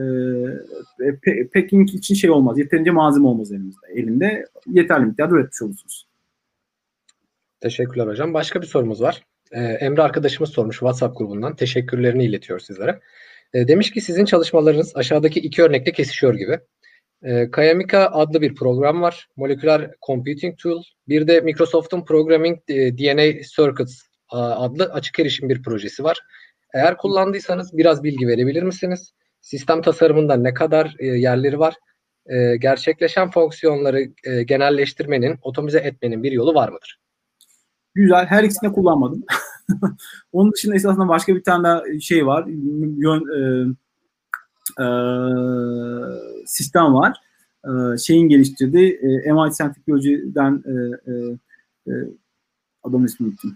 packing için olmaz. Yeterince malzeme olmaz elinde. Yeterli miktarda üretmiş olursunuz. Teşekkürler hocam. Başka bir sorumuz var. Emre arkadaşımız sormuş WhatsApp grubundan. Teşekkürlerini iletiyor sizlere. Demiş ki sizin çalışmalarınız aşağıdaki iki örnekte kesişiyor gibi. Kayamika adlı bir program var. Molecular Computing Tool. Bir de Microsoft'un Programming DNA Circuits adlı açık erişim bir projesi var. Eğer kullandıysanız biraz bilgi verebilir misiniz? Sistem tasarımında ne kadar yerleri var? Gerçekleşen fonksiyonları genelleştirmenin, otomize etmenin bir yolu var mıdır? Güzel. Her ikisini kullanmadım. Onun dışında esasında başka bir tane daha var. Sistem var. Geliştirdiği MIT Scientific Technology'den adamın ismini unuttum.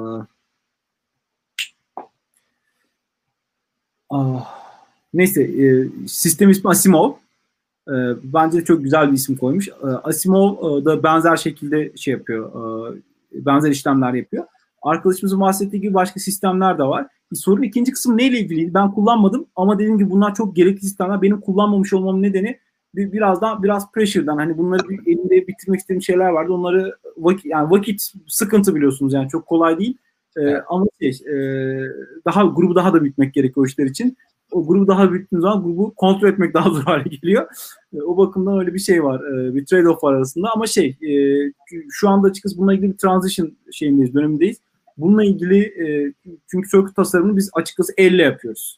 Neyse, sistem ismi Asimov. Bence çok güzel bir isim koymuş. Asimov da benzer şekilde yapıyor. Benzer işlemler yapıyor. Arkadaşımızın bahsettiği gibi başka sistemler de var. Sorun ikinci kısım neyle ilgiliydi? Ben kullanmadım ama dediğim gibi bunlar çok gerekli sistemler. Benim kullanmamış olmamın nedeni biraz pressure'dan. Hani bunları elimde bitirmek istediğim şeyler vardı. Onları vakit sıkıntı biliyorsunuz yani çok kolay değil. Evet. Ama grubu daha da büyütmek gerekiyor o işler için. O grubu daha büyüttüğünüz zaman grubu kontrol etmek daha zor hale geliyor. O bakımdan öyle bir var. Bir trade-off var arasında ama şu anda açıkçası bununla ilgili bir transition dönemindeyiz. Bununla ilgili çünkü circuit tasarımını biz açıkçası elle yapıyoruz.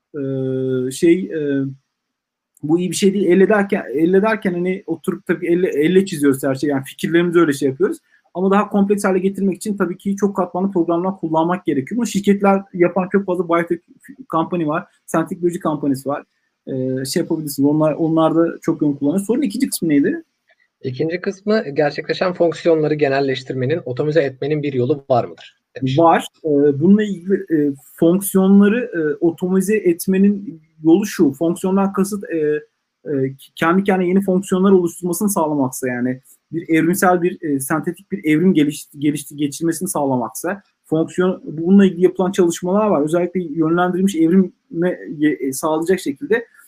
Bu iyi bir şey değil. Elle derken hani oturup tabii elle çiziyoruz her şeyi. Yani fikirlerimizi öyle yapıyoruz. Ama daha kompleks hale getirmek için tabii ki çok katmanlı programlar kullanmak gerekiyor. Bunu şirketler yapan çok fazla biotech company var. Scientific Biology Companies var. Yapabilirsiniz. Onlar da çok yoğun kullanıyor. Sorun ikinci kısmı neydi? İkinci kısmı gerçekleşen fonksiyonları genelleştirmenin, otomize etmenin bir yolu var mıdır? Demiş. Var. Bununla ilgili fonksiyonları otomize etmenin yolu şu. Fonksiyondan kasıt kendi kendine yeni fonksiyonlar oluşturmasını sağlamaksa yani bir evrimsel sentetik bir evrim geçirmesini sağlamaksa bununla ilgili yapılan çalışmalar var. Özellikle yönlendirilmiş evrime sağlayacak şekilde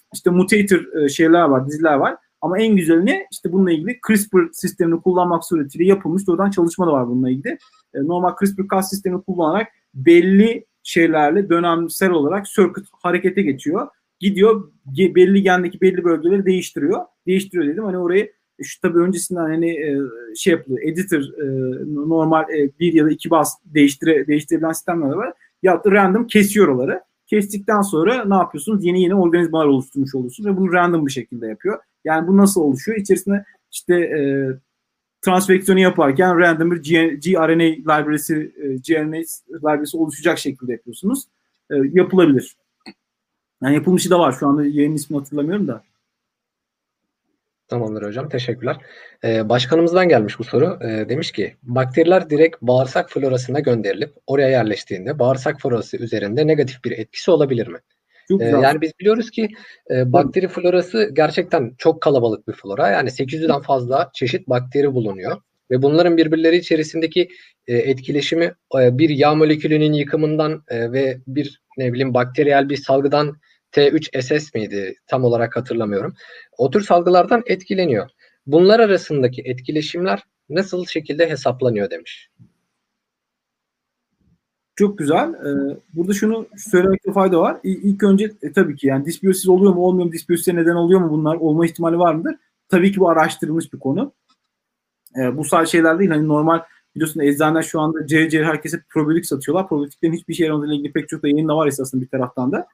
işte mutator şeyler var, diziler var. Ama en güzeli ne? İşte bununla ilgili CRISPR sistemini kullanmak suretiyle yapılmış doğrudan çalışma da var bununla ilgili. Normal CRISPR-Cas sistemini kullanarak belli şeylerle dönemsel olarak circuit harekete geçiyor. Gidiyor belli gendeki belli bölgeleri değiştiriyor. Değiştiriyor dedim. Hani orayı şu tabii öncesinden hani şey yapılıyor. Editor normal bir ya da iki bas değiştirebilen sistemler var. Ya da random kesiyor oraları. Kestikten sonra ne yapıyorsunuz? Yeni organizmalar oluşturmuş oluyorsunuz ve bunu random bir şekilde yapıyor. Yani bu nasıl oluşuyor? İçerisinde işte transfeksiyonu yaparken random bir gRNA library'si, gRNA library'si oluşacak şekilde yapıyorsunuz. Yapılabilir. Yani yapılmışı da var. Şu anda yayının ismini hatırlamıyorum da. Tamamdır hocam. Teşekkürler. Başkanımızdan gelmiş bu soru. Demiş ki bakteriler direkt bağırsak florasına gönderilip oraya yerleştiğinde bağırsak florası üzerinde negatif bir etkisi olabilir mi? Çok güzel. Yani biz biliyoruz ki bakteri florası gerçekten çok kalabalık bir flora. Yani 800'den fazla çeşit bakteri bulunuyor. Ve bunların birbirleri içerisindeki etkileşimi bir yağ molekülünün yıkımından ve bir ne bileyim bakteriyel bir salgıdan T3SS miydi? Tam olarak hatırlamıyorum. O tür salgılardan etkileniyor. Bunlar arasındaki etkileşimler nasıl şekilde hesaplanıyor demiş. Çok güzel. Burada şunu söylemekte fayda var. İlk önce tabii ki yani disbiyosiz oluyor mu olmuyor mu, disbiyosize neden oluyor mu bunlar olma ihtimali var mıdır? Tabii ki bu araştırılmış bir konu. Bu sadece şeyler değil. Hani normal biliyorsun eczaneler şu anda ceri herkese probiyotik satıyorlar. Probiyotiklerin hiçbir şey yaramadığıyla ilgili pek çok da yayın da var esasında bir taraftan da.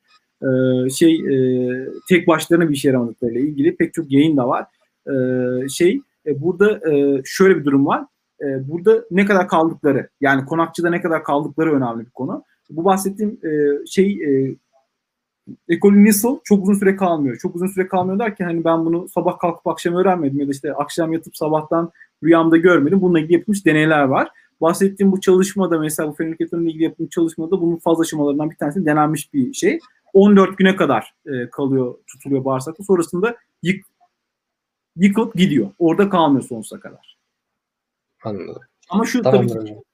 Tek başlarına bir işe yaramadıklarıyla ilgili pek çok yayın da var. Burada şöyle bir durum var. Burada ne kadar kaldıkları, yani konakçıda ne kadar kaldıkları önemli bir konu. Bu bahsettiğim E. coli nasıl çok uzun süre kalmıyor. Çok uzun süre kalmıyor derken hani ben bunu sabah kalkıp akşam öğrenmedim ya da işte akşam yatıp sabahtan rüyamda görmedim. Bununla ilgili yapılmış deneyler var. Bahsettiğim bu çalışmada mesela bu fenilketoninle ilgili yapılmış çalışmada bunun faz aşamalarından bir tanesi denenmiş bir şey. 14 güne kadar tutuluyor bağırsakta. Sonrasında yıkılıp gidiyor. Orada kalmıyor sonsuza kadar. Anladım. Ama şu Tamam, tabii ki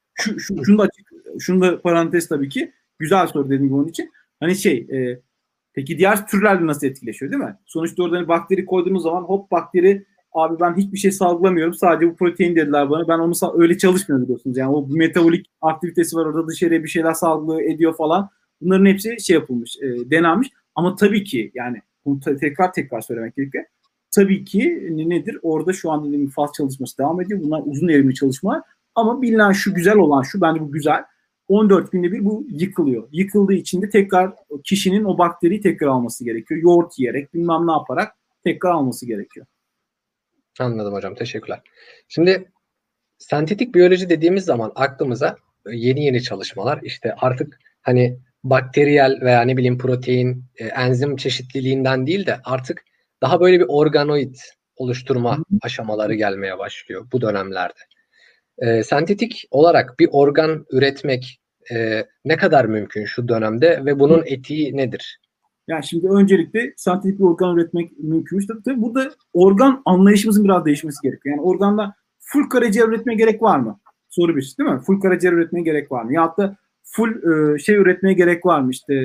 şunu da parantez tabii ki güzel soru dediğim gibi onun için. Hani peki diğer türlerle nasıl etkileşiyor değil mi? Sonuçta orada bakteri koyduğunuz zaman hop bakteri abi ben hiçbir şey salgılamıyorum. Sadece bu protein dediler bana. Ben onu öyle çalışmıyor biliyorsunuz. Yani o metabolik aktivitesi var orada dışarıya bir şeyler salgılıyor ediyor falan. Bunların hepsi yapılmış, denenmiş. Ama tabii ki yani bunu tekrar söylemek gerekiyor. Tabii ki nedir? Orada şu anda dediğim faz çalışması devam ediyor. Bunlar uzun erimli çalışmalar. Ama bilinen şu güzel olan şu, bence bu güzel. 14 günde bir bu yıkılıyor. Yıkıldığı için de tekrar kişinin o bakteriyi tekrar alması gerekiyor. Yoğurt yiyerek bilmem ne yaparak tekrar alması gerekiyor. Anladım hocam. Teşekkürler. Şimdi sentetik biyoloji dediğimiz zaman aklımıza yeni çalışmalar işte artık hani bakteriyel veya ne bileyim protein, enzim çeşitliliğinden değil de artık daha böyle bir organoid oluşturma aşamaları gelmeye başlıyor bu dönemlerde. Sentetik olarak bir organ üretmek ne kadar mümkün şu dönemde ve bunun etiği nedir? Yani şimdi öncelikle sentetik bir organ üretmek mümkünmüş. Tabii burada organ anlayışımızın biraz değişmesi gerekiyor. Yani organda full karaciğer üretmeye gerek var mı? Soru bir, değil mi? Full karaciğer üretmeye gerek var mı? Ya da full üretmeye gerek var mı? İşte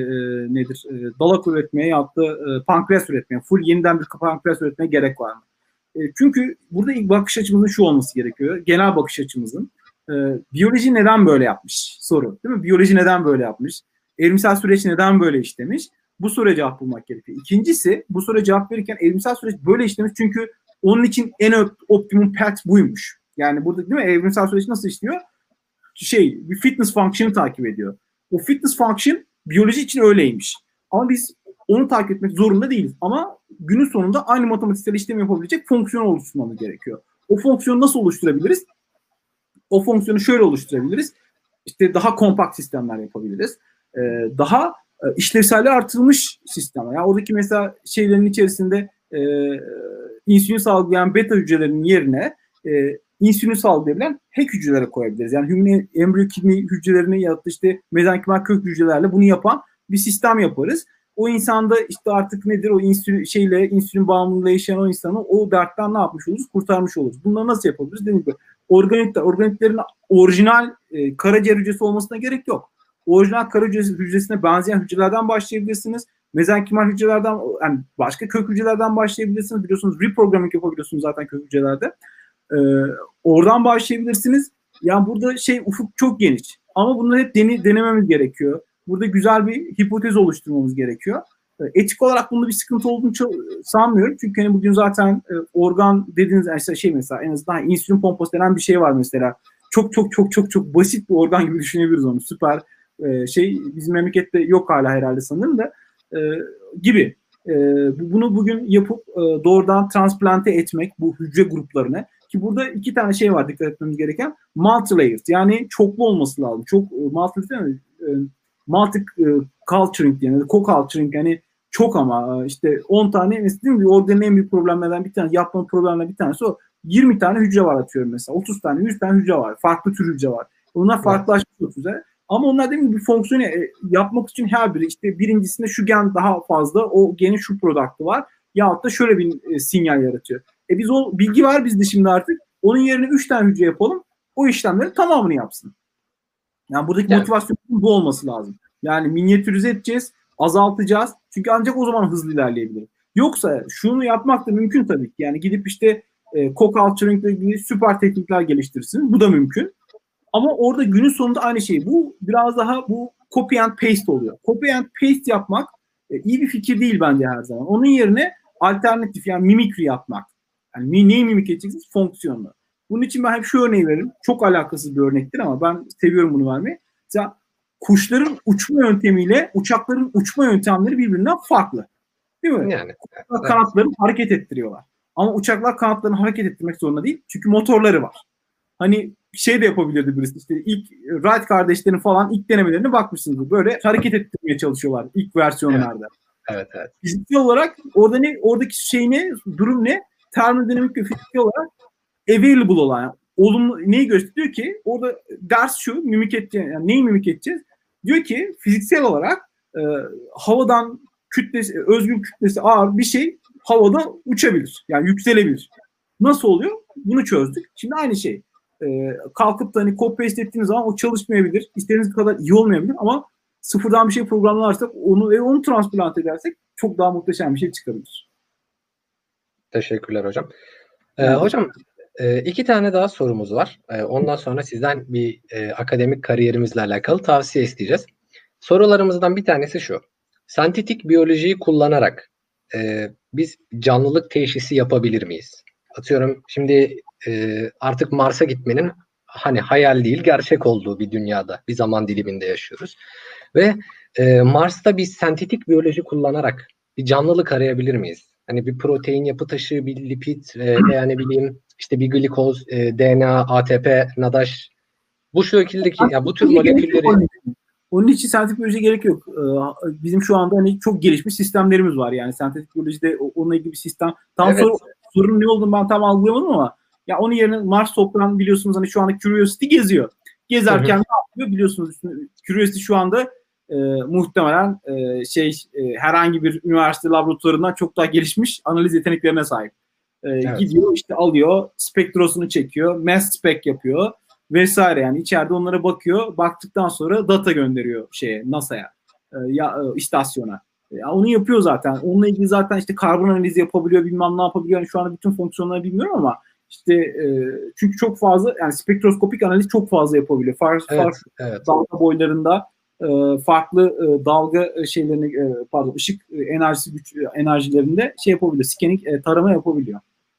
dalak üretmeye ya da pankreas üretmeye, full yeniden bir pankreas üretmeye gerek var mı? Çünkü burada ilk bakış açımızın şu olması gerekiyor. Genel bakış açımızın. Biyoloji neden böyle yapmış? Soru, değil mi? Biyoloji neden böyle yapmış? Evrimsel süreç neden böyle işlemiş? Bu soruya cevap bulmak gerekiyor. İkincisi, bu soruya cevap verirken evrimsel süreç böyle işlemiş çünkü onun için en optimum path buymuş. Yani burada değil mi? Evrimsel süreç nasıl işliyor? Bir fitness function'ı takip ediyor. O fitness function biyoloji için öyleymiş. Ama biz onu takip etmek zorunda değiliz. Ama günün sonunda aynı matematiksel işlem yapabilecek fonksiyon oluşturmamız gerekiyor. O fonksiyonu nasıl oluşturabiliriz? O fonksiyonu şöyle oluşturabiliriz. İşte daha kompakt sistemler yapabiliriz. Daha işlevselliği artırılmış sistemler. Yani oradaki mesela şeylerin içerisinde insülin salgılayan beta hücrelerinin yerine insülin salgılayabilen Hack hücrelere koyabiliriz. Yani human embriyo kidney hücrelerini ya da işte mezenkimal kök hücrelerle bunu yapan bir sistem yaparız. O insanda işte artık nedir o insülin bağımlılığı yaşayan o insanı o dertten ne yapmış oluruz? Kurtarmış oluruz. Bunları nasıl yapabiliriz? Dediğim gibi organelitlerin orijinal karaciğer hücresi olmasına gerek yok. Orijinal karaciğer hücresine benzeyen hücrelerden başlayabilirsiniz. mezenkimal hücrelerden, yani başka kök hücrelerden başlayabilirsiniz. Biliyorsunuz reprogramming yapabiliyorsunuz zaten kök hücrelerde. Oradan başlayabilirsiniz. Yani burada ufuk çok geniş. Ama bunları hep denememiz gerekiyor. Burada güzel bir hipotez oluşturmamız gerekiyor. Etik olarak bunda bir sıkıntı olduğunu sanmıyorum. Çünkü hani bugün zaten organ dediğiniz mesela en azından insülin pompası denen bir şey var mesela. Çok çok çok çok çok basit bir organ gibi düşünebiliriz onu. Süper bizim memlekette yok hala herhalde sanırım da gibi. Bunu bugün yapıp doğrudan transplante etmek bu hücre gruplarını, ki burada iki tane şey var dikkat etmemiz gereken. Multi-layered, yani çoklu olması lazım. Çok multi-culturing yani co-culturing, yani çok, ama işte 10 tane mesela bir organın en büyük problemlerden bir tanesi, yapma problemlerden bir tanesi o. 20 tane hücre var atıyorum mesela. 30 tane, 100 tane hücre var. Farklı tür hücre var. Bunlar farklılaşmış üzere. Ama onlar değil mi bir fonksiyonu yapmak için her biri, işte birincisinde şu gen daha fazla, o genin şu produktı var. Yahut da şöyle bir sinyal yaratıyor. Biz o bilgi var bizde şimdi artık. Onun yerine 3 tane hücre yapalım. O işlemlerin tamamını yapsın. Yani buradaki motivasyon bu olması lazım. Yani minyatürize edeceğiz, azaltacağız. Çünkü ancak o zaman hızlı ilerleyebiliriz. Yoksa şunu yapmak da mümkün tabii ki. Yani gidip işte co-culturing ile ilgili süper teknikler geliştirsin. Bu da mümkün. Ama orada günün sonunda aynı şey. Bu biraz daha bu copy and paste oluyor. Copy and paste yapmak iyi bir fikir değil bence her zaman. Onun yerine alternatif, yani mimikri yapmak. Yani neyi mimik edeceksiniz? Fonksiyonunu. Bunun için ben hep şu örneği veririm. Çok alakasız bir örnektir ama ben seviyorum bunu vermeyi. Mesela kuşların uçma yöntemiyle uçakların uçma yöntemleri birbirinden farklı. Değil mi? Yani, kanatlarını hareket ettiriyorlar. Ama uçaklar kanatlarını hareket ettirmek zorunda değil. Çünkü motorları var. Hani de yapabilirdi birisi. İşte ilk Wright kardeşlerin falan ilk denemelerine bakmışsınız. Böyle hareket ettirmeye çalışıyorlar ilk versiyonlarda. Evet. Fiziksel olarak oradaki durum ne? Termodinamik ve fiziksel olarak available olan, yani olumlu neyi gösteriyor ki? Orada ders şu, mimik edeceğiz. Yani neyi mimik edeceğiz? Diyor ki fiziksel olarak havadan özgür kütlesi ağır bir şey havada uçabilir. Yani yükselebilir. Nasıl oluyor? Bunu çözdük. Şimdi aynı şey. Kalkıp da hani copy paste ettiğiniz zaman o çalışmayabilir. İstediğiniz kadar iyi olmayabilir ama sıfırdan bir şey programlarsak onu transplant edersek çok daha muhteşem bir şey çıkabilir. Teşekkürler hocam. Hocam 2 tane daha sorumuz var. Ondan sonra sizden bir akademik kariyerimizle alakalı tavsiye isteyeceğiz. Sorularımızdan bir tanesi şu. Sentetik biyolojiyi kullanarak biz canlılık teşhisi yapabilir miyiz? Atıyorum şimdi artık Mars'a gitmenin hani hayal değil gerçek olduğu bir dünyada, bir zaman diliminde yaşıyoruz. Ve Mars'ta biz sentetik biyoloji kullanarak bir canlılık arayabilir miyiz? Hani bir protein yapı taşı, bir lipid veya ne bileyim işte bir glikoz, DNA, ATP, NADH, bu şekildeki ya bu tür molekülleri. Onun için sentetik biyoloji gerek yok. Bizim şu anda hani çok gelişmiş sistemlerimiz var. Yani sentetik biyolojide onunla ilgili bir sistem. Evet. Sorunun ne olduğunu ben tam algılayamadım ama ya onun yerine Mars toprağını biliyorsunuz hani şu anda Curiosity geziyor. Gezerken ne yapıyor biliyorsunuz. Curiosity şu anda muhtemelen herhangi bir üniversite laboratuvarından çok daha gelişmiş analiz yeteneklerine sahip. Evet. Gidiyor işte alıyor, spektrosunu çekiyor, mass spec yapıyor vesaire, yani içeride onlara bakıyor. Baktıktan sonra data gönderiyor NASA'ya, istasyona. Onu yapıyor zaten. Onunla ilgili zaten işte karbon analizi yapabiliyor, bilmem ne yapabiliyor. Yani şu anda bütün fonksiyonları bilmiyorum ama işte çünkü çok fazla, yani spektroskopik analiz çok fazla yapabiliyor. Farklı dalga boylarında farklı dalga ışık enerjilerinde yapabiliyor. Scanning tarama yapabiliyor.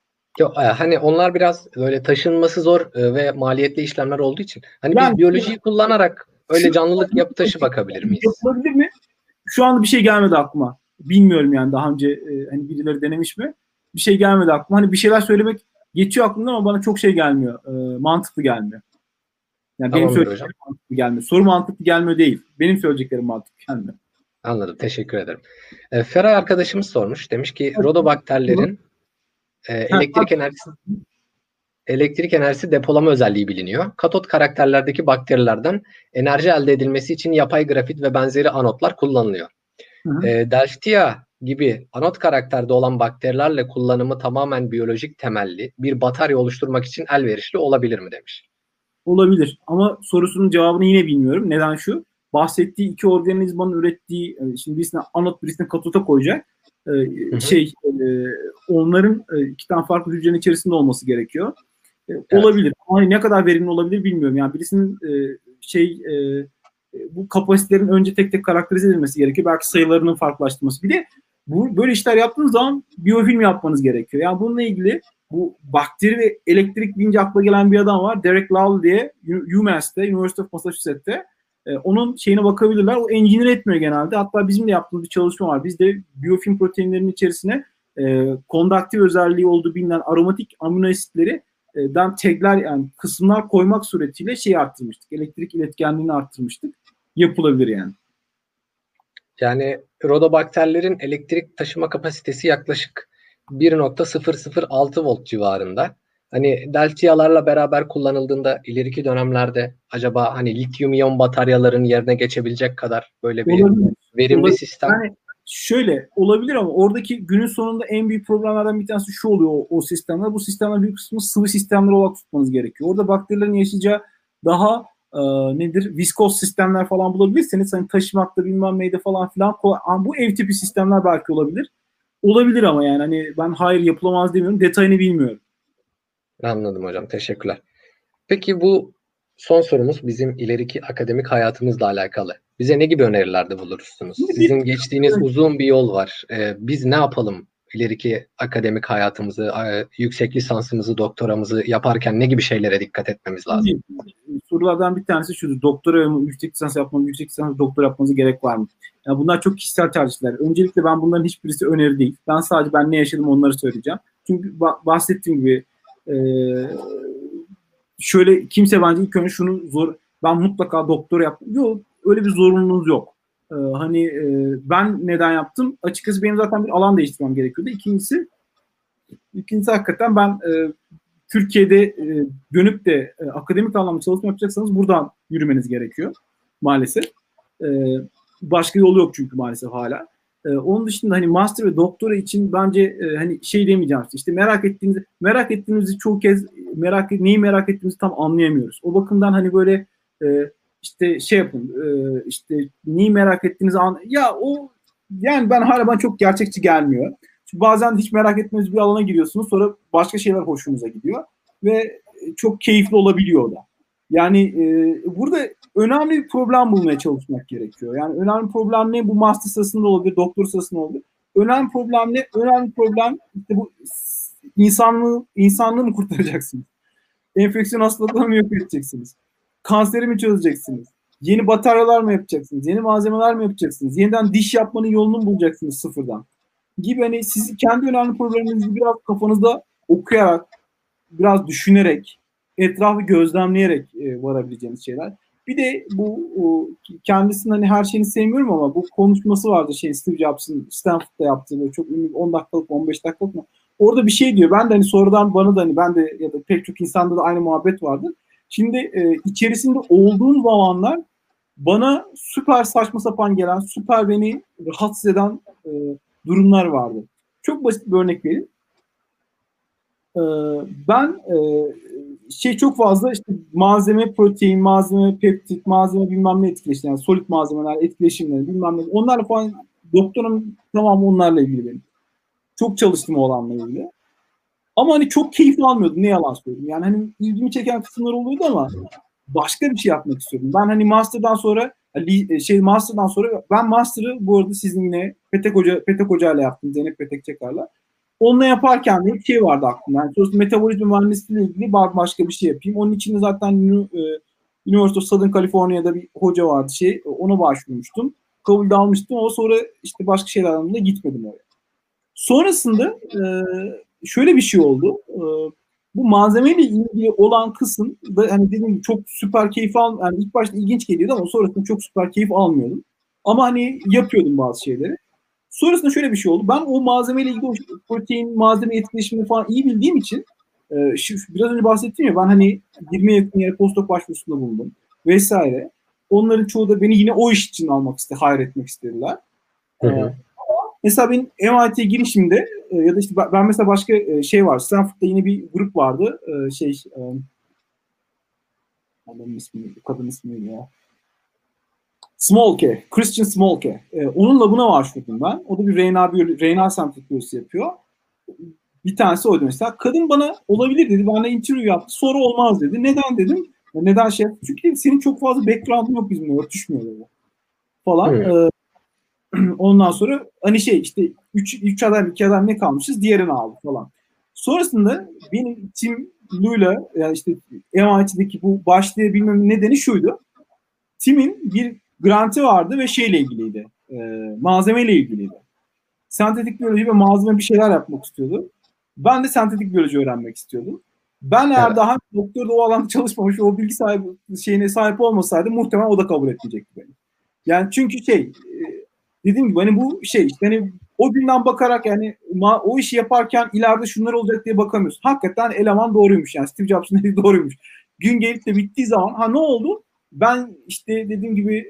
Hani onlar biraz böyle taşınması zor ve maliyetli işlemler olduğu için hani biz biyolojiyi kullanarak öyle canlılık yapı taşı bakabilir miyiz? Yapılabilir mi? Şu anda bir şey gelmedi aklıma. Bilmiyorum yani daha önce hani birileri denemiş mi? Bir şey gelmedi aklıma. Hani bir şeyler söylemek geçiyor aklımdan ama bana çok gelmiyor. Mantıklı gelmiyor. Yani benim söyleyeceklerim mantıklı gelmiyor. Soru mantıklı gelmiyor değil. Benim söyleyeceklerim mantıklı gelmiyor. Anladım. Teşekkür ederim. Feray arkadaşımız sormuş. Demiş ki rodobakterlerin elektrik enerjisi depolama özelliği biliniyor. Katot karakterlerdeki bakterilerden enerji elde edilmesi için yapay grafit ve benzeri anotlar kullanılıyor. Delphtia gibi anot karakterde olan bakterilerle kullanımı tamamen biyolojik temelli bir batarya oluşturmak için elverişli olabilir mi demiş. Olabilir ama sorusunun cevabını yine bilmiyorum. Neden şu? bahsettiği iki organizmanın ürettiği, şimdi birisine anot birisine katota koyacak onların iki tane farklı hücrenin içerisinde olması gerekiyor. Olabilir. Ama ne kadar verimli olabilir bilmiyorum. Yani birisinin bu kapasitelerin önce tek tek karakterize edilmesi gerekiyor. Belki sayılarının farklılaştırması. Bir de böyle işler yaptığınız zaman biyofilm yapmanız gerekiyor. Yani bununla ilgili bu bakteri ve elektrik deyince akla gelen bir adam var. Derek Lowell diye UMass'te, University of Massachusetts'te. Onun şeyine bakabilirler. O engineer etmiyor genelde. Hatta bizim de yaptığımız bir çalışma var. Biz de biyofilm proteinlerinin içerisine konduktif özelliği olduğu bilinen aromatik amino asitleri tagler yani kısımlar koymak suretiyle arttırmıştık. Elektrik iletkenliğini arttırmıştık. Yapılabilir yani. Yani rodobakterlerin elektrik taşıma kapasitesi yaklaşık 1.006 volt civarında. Hani deltiyalarla beraber kullanıldığında ileriki dönemlerde acaba hani lityum iyon bataryaların yerine geçebilecek kadar böyle bir verimli sistem. Yani şöyle olabilir ama oradaki günün sonunda en büyük problemlerden bir tanesi şu oluyor o sistemler. Bu sistemler büyük kısmı sıvı sistemler olarak tutmanız gerekiyor. Orada bakterilerin yaşayacağı daha viskoz sistemler falan bulabilirseniz hani taşımakta bilmem neydi falan filan bu ev tipi sistemler belki olabilir. Olabilir ama yani hani ben hayır yapılamaz demiyorum. Detayını bilmiyorum. Anladım hocam. Teşekkürler. Peki bu son sorumuz bizim ileriki akademik hayatımızla alakalı. Bize ne gibi önerilerde bulursunuz? Sizin geçtiğiniz uzun bir yol var. Biz ne yapalım? İleriki akademik hayatımızı, yüksek lisansımızı, doktoramızı yaparken ne gibi şeylere dikkat etmemiz lazım? Sorulardan bir tanesi şudur. Doktora ve yüksek lisans yapmanız, yüksek lisans doktora yapmanıza gerek var mı? Yani bunlar çok kişisel tercihler. Öncelikle ben bunların hiçbirisi öneri değil. Ben sadece ne yaşadım onları söyleyeceğim. Çünkü bahsettiğim gibi şöyle kimse bence ilk önce ben mutlaka doktora yaptım. Yok, öyle bir zorunluluğunuz yok. Ben neden yaptım? Açıkçası benim zaten bir alan değiştirmem gerekiyordu. İkincisi hakikaten ben Türkiye'de dönüp de akademik anlamda çalışma yapacaksanız buradan yürümeniz gerekiyor maalesef. Başka yolu yok çünkü maalesef hala. Onun dışında hani master ve doktora için bence demeyeceğim işte merak ettiğimizi çoğu kez neyi merak ettiğimizi tam anlayamıyoruz. O bakımdan hani böyle yapın neyi merak ettiğinizi yani bana çok gerçekçi gelmiyor. Çünkü bazen hiç merak etmediğiniz bir alana giriyorsunuz sonra başka şeyler hoşunuza gidiyor ve çok keyifli olabiliyor o da. Yani burada önemli bir problem bulmaya çalışmak gerekiyor. Yani önemli problem ne? Bu master sırasında olabilir, doktor sırasında olabilir. Önemli problem ne? Önemli problem bu insanlığı mı kurtaracaksınız? Enfeksiyon hastalıklarını mı yok edeceksiniz? Kanseri mi çözeceksiniz? Yeni bataryalar mı yapacaksınız? Yeni malzemeler mi yapacaksınız? Yeniden diş yapmanın yolunu mu bulacaksınız sıfırdan? Gibi siz kendi önemli problemlerinizi biraz kafanızda okuyarak, biraz düşünerek, etrafı gözlemleyerek varabileceğiniz şeyler. Bir de bu kendisinin her şeyini sevmiyorum ama bu konuşması vardı Steve Jobs'ın Stanford'da yaptığı çok ünlü 10 dakikalık 15 dakikalık mı? Orada bir şey diyor. Ben de sonradan bana da ben de ya da pek çok insanda da aynı muhabbet vardı. Şimdi içerisinde olduğum zamanlar bana süper saçma sapan gelen, süper beni rahatsız eden durumlar vardı. Çok basit bir örnek vereyim. Ben çok fazla malzeme, protein, malzeme, peptit, malzeme bilmem ne etkileşimleri, yani solid malzemeler, etkileşimleri bilmem ne. Onlarla falan doktorum tamamı onlarla ilgili benim. Çok çalıştım o alanla ilgili. Ama çok keyif almıyordum. Ne yalan söyleyeyim. Yani ilgimi çeken kısımlar oluyordu ama başka bir şey yapmak istiyordum. Ben master'dan sonra ben master'ı bu arada sizin yine Petek Hoca ile yaptım. Zeynep Petek Çakar'la. Onunla yaparken de bir şey vardı aklımda. Yani sonuçta metabolizma mühendisliği ile ilgili başka bir şey yapayım. Onun için de zaten University of Southern California'da bir hoca vardı ona başvurmuştum. Kabul de almıştım ama sonra başka şeyler anlamında gitmedim oraya. Sonrasında şöyle bir şey oldu. Bu malzemeyle ilgili olan kısım da dediğim gibi çok süper keyif ilk başta ilginç geliyordu ama sonrasında çok süper keyif almıyordum. Ama yapıyordum bazı şeyleri. Sonrasında şöyle bir şey oldu. Ben o malzemeyle ilgili protein, malzeme etkileşimini falan iyi bildiğim için biraz önce bahsettim ya ben 20'ye yakın yere postdoc başvurusunda bulundum vesaire. Onların çoğu da beni yine o iş için hire etmek istediler. Mesela benim MIT girişimde ya da ben mesela başka var. Stanford'da yine bir grup vardı. Adamın ismi, kadın ismi ya. Smolke, Christian Smolke. Onun labına başvurdum ben. O da bir RNA sentetik biyolojisi yapıyor. Bir tanesi oydu mesela. Kadın bana olabilir dedi. Benimle interview yaptı. Soru olmaz dedi. Neden dedim. Neden şey? Çünkü senin çok fazla background'un yok bizimle. Örtüşmüyor dedi. Falan. Ondan sonra hani şey işte 3 adam 2 adam ne kalmışız? Diğerini aldı falan. Sonrasında benim Tim Lu'yla yani işte MIT'deki bu başlayabilmemin nedeni şuydu. Tim'in bir grantı vardı ve şeyle ilgiliydi. Malzemeyle ilgiliydi. Sentetik biyoloji ve malzeme bir şeyler yapmak istiyordu. Ben de sentetik biyoloji öğrenmek istiyordum. Ben eğer daha doktorda o alanda çalışmamış ve o bilgi şeyine sahip olmasaydı muhtemelen o da kabul etmeyecekti beni. Yani çünkü dediğim gibi hani bu işte hani o günden bakarak yani o işi yaparken ileride şunlar olacak diye bakamıyorsun. Hakikaten eleman doğruymuş yani Steve Jobs'un dediği doğruymuş. Gün gelip de bittiği zaman ne oldu? Ben işte dediğim gibi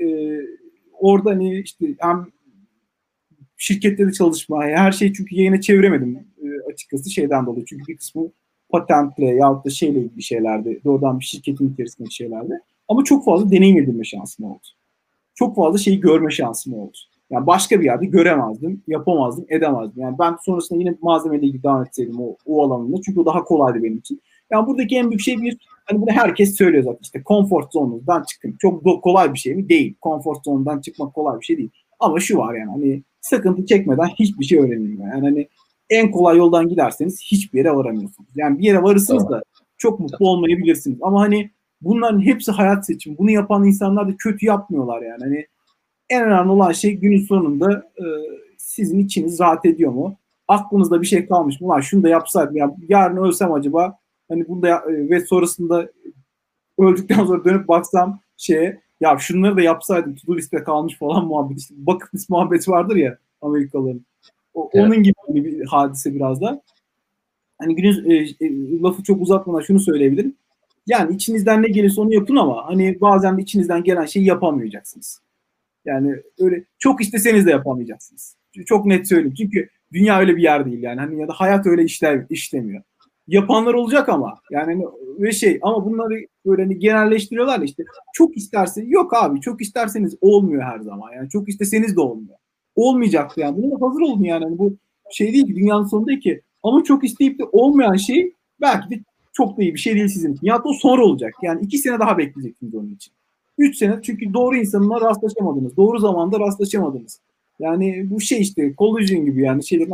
orada hani işte hem şirkette de çalışma, her şeyi çünkü yayına çeviremedim açıkçası şeyden dolayı. Çünkü bir kısmı patentle yahut da şeyle ilgili şeylerdi. Doğrudan bir şirketin içerisindeki şeylerdi. Ama çok fazla deneyim edinme şansım oldu. Çok fazla şeyi görme şansım oldu. Yani başka bir yerde göremezdim, yapamazdım, edemezdim. Yani ben sonrasında yine malzemeyle ilgili devam etseydim o alanında. Çünkü o daha kolaydı benim için. Yani buradaki en büyük şey hani bunu herkes söylüyor zaten işte comfort zone'undan çıkın. Çok kolay bir şey mi? Değil. Comfort zone'undan çıkmak kolay bir şey değil. Ama şu var yani hani sıkıntı çekmeden hiçbir şey öğrenilmiyor. Yani hani en kolay yoldan giderseniz hiçbir yere varamıyorsunuz. Yani bir yere varırsınız da çok mutlu olmayabilirsiniz. Ama hani bunların hepsi hayat seçimi. Bunu yapan insanlar da kötü yapmıyorlar yani. Hani en önemli olan şey günün sonunda sizin içiniz rahat ediyor mu? Aklınızda bir şey kalmış mı? Lan şunu da yapsaydım ya yarın ölsem acaba hani bunu da ve sonrasında öldükten sonra dönüp baksam ya şunları da yapsaydım to-do liste kalmış falan muhabbet işte bucket list muhabbeti vardır ya Amerikalıların. Onun gibi bir hadise biraz da. Hani günün lafı çok uzatmadan şunu söyleyebilirim. Yani içinizden ne gelirse onu yapın ama hani bazen de içinizden gelen şeyi yapamayacaksınız. Yani öyle çok isteseniz de yapamayacaksınız. Çok net söyleyeyim. Çünkü dünya öyle bir yer değil yani. Hani ya da hayat öyle işlemiyor. Yapanlar olacak ama yani hani ve ama bunları böyle hani genelleştiriyorlar da işte çok istersen yok abi çok isterseniz olmuyor her zaman. Yani çok isteseniz de olmuyor. Olmayacaktı yani. Buna hazır olun yani. Hani bu şey değil ki dünyanın sonunda ki ama çok isteyip de olmayan şey belki de çok da iyi bir şey değil sizin için. Ya da o sonra olacak. Yani 2 sene daha bekleyeceksiniz onun için. 3 sene çünkü doğru insanla rastlaşamadınız. Doğru zamanda rastlaşamadınız. Yani bu işte collision gibi yani şeylerin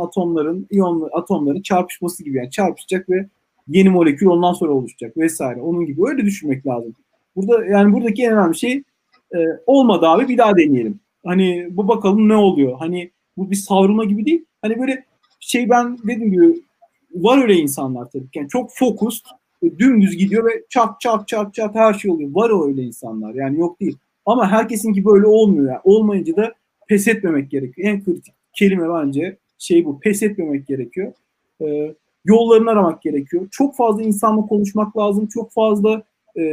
atomların çarpışması gibi yani çarpışacak ve yeni molekül ondan sonra oluşacak vesaire. Onun gibi öyle düşünmek lazım. Buradaki en önemli şey olmadı abi bir daha deneyelim. Hani bu bakalım ne oluyor? Hani bu bir savrulma gibi değil. Hani böyle ben dediğim gibi var öyle insanlar tabii ki. Yani çok focused, dümdüz gidiyor ve çat çat çat çat her şey oluyor. Var öyle insanlar yani yok değil. Ama herkesinki böyle olmuyor. Yani. Olmayınca da pes etmemek gerekiyor. En kritik kelime bence bu pes etmemek gerekiyor. Yollarını aramak gerekiyor. Çok fazla insanla konuşmak lazım. Çok fazla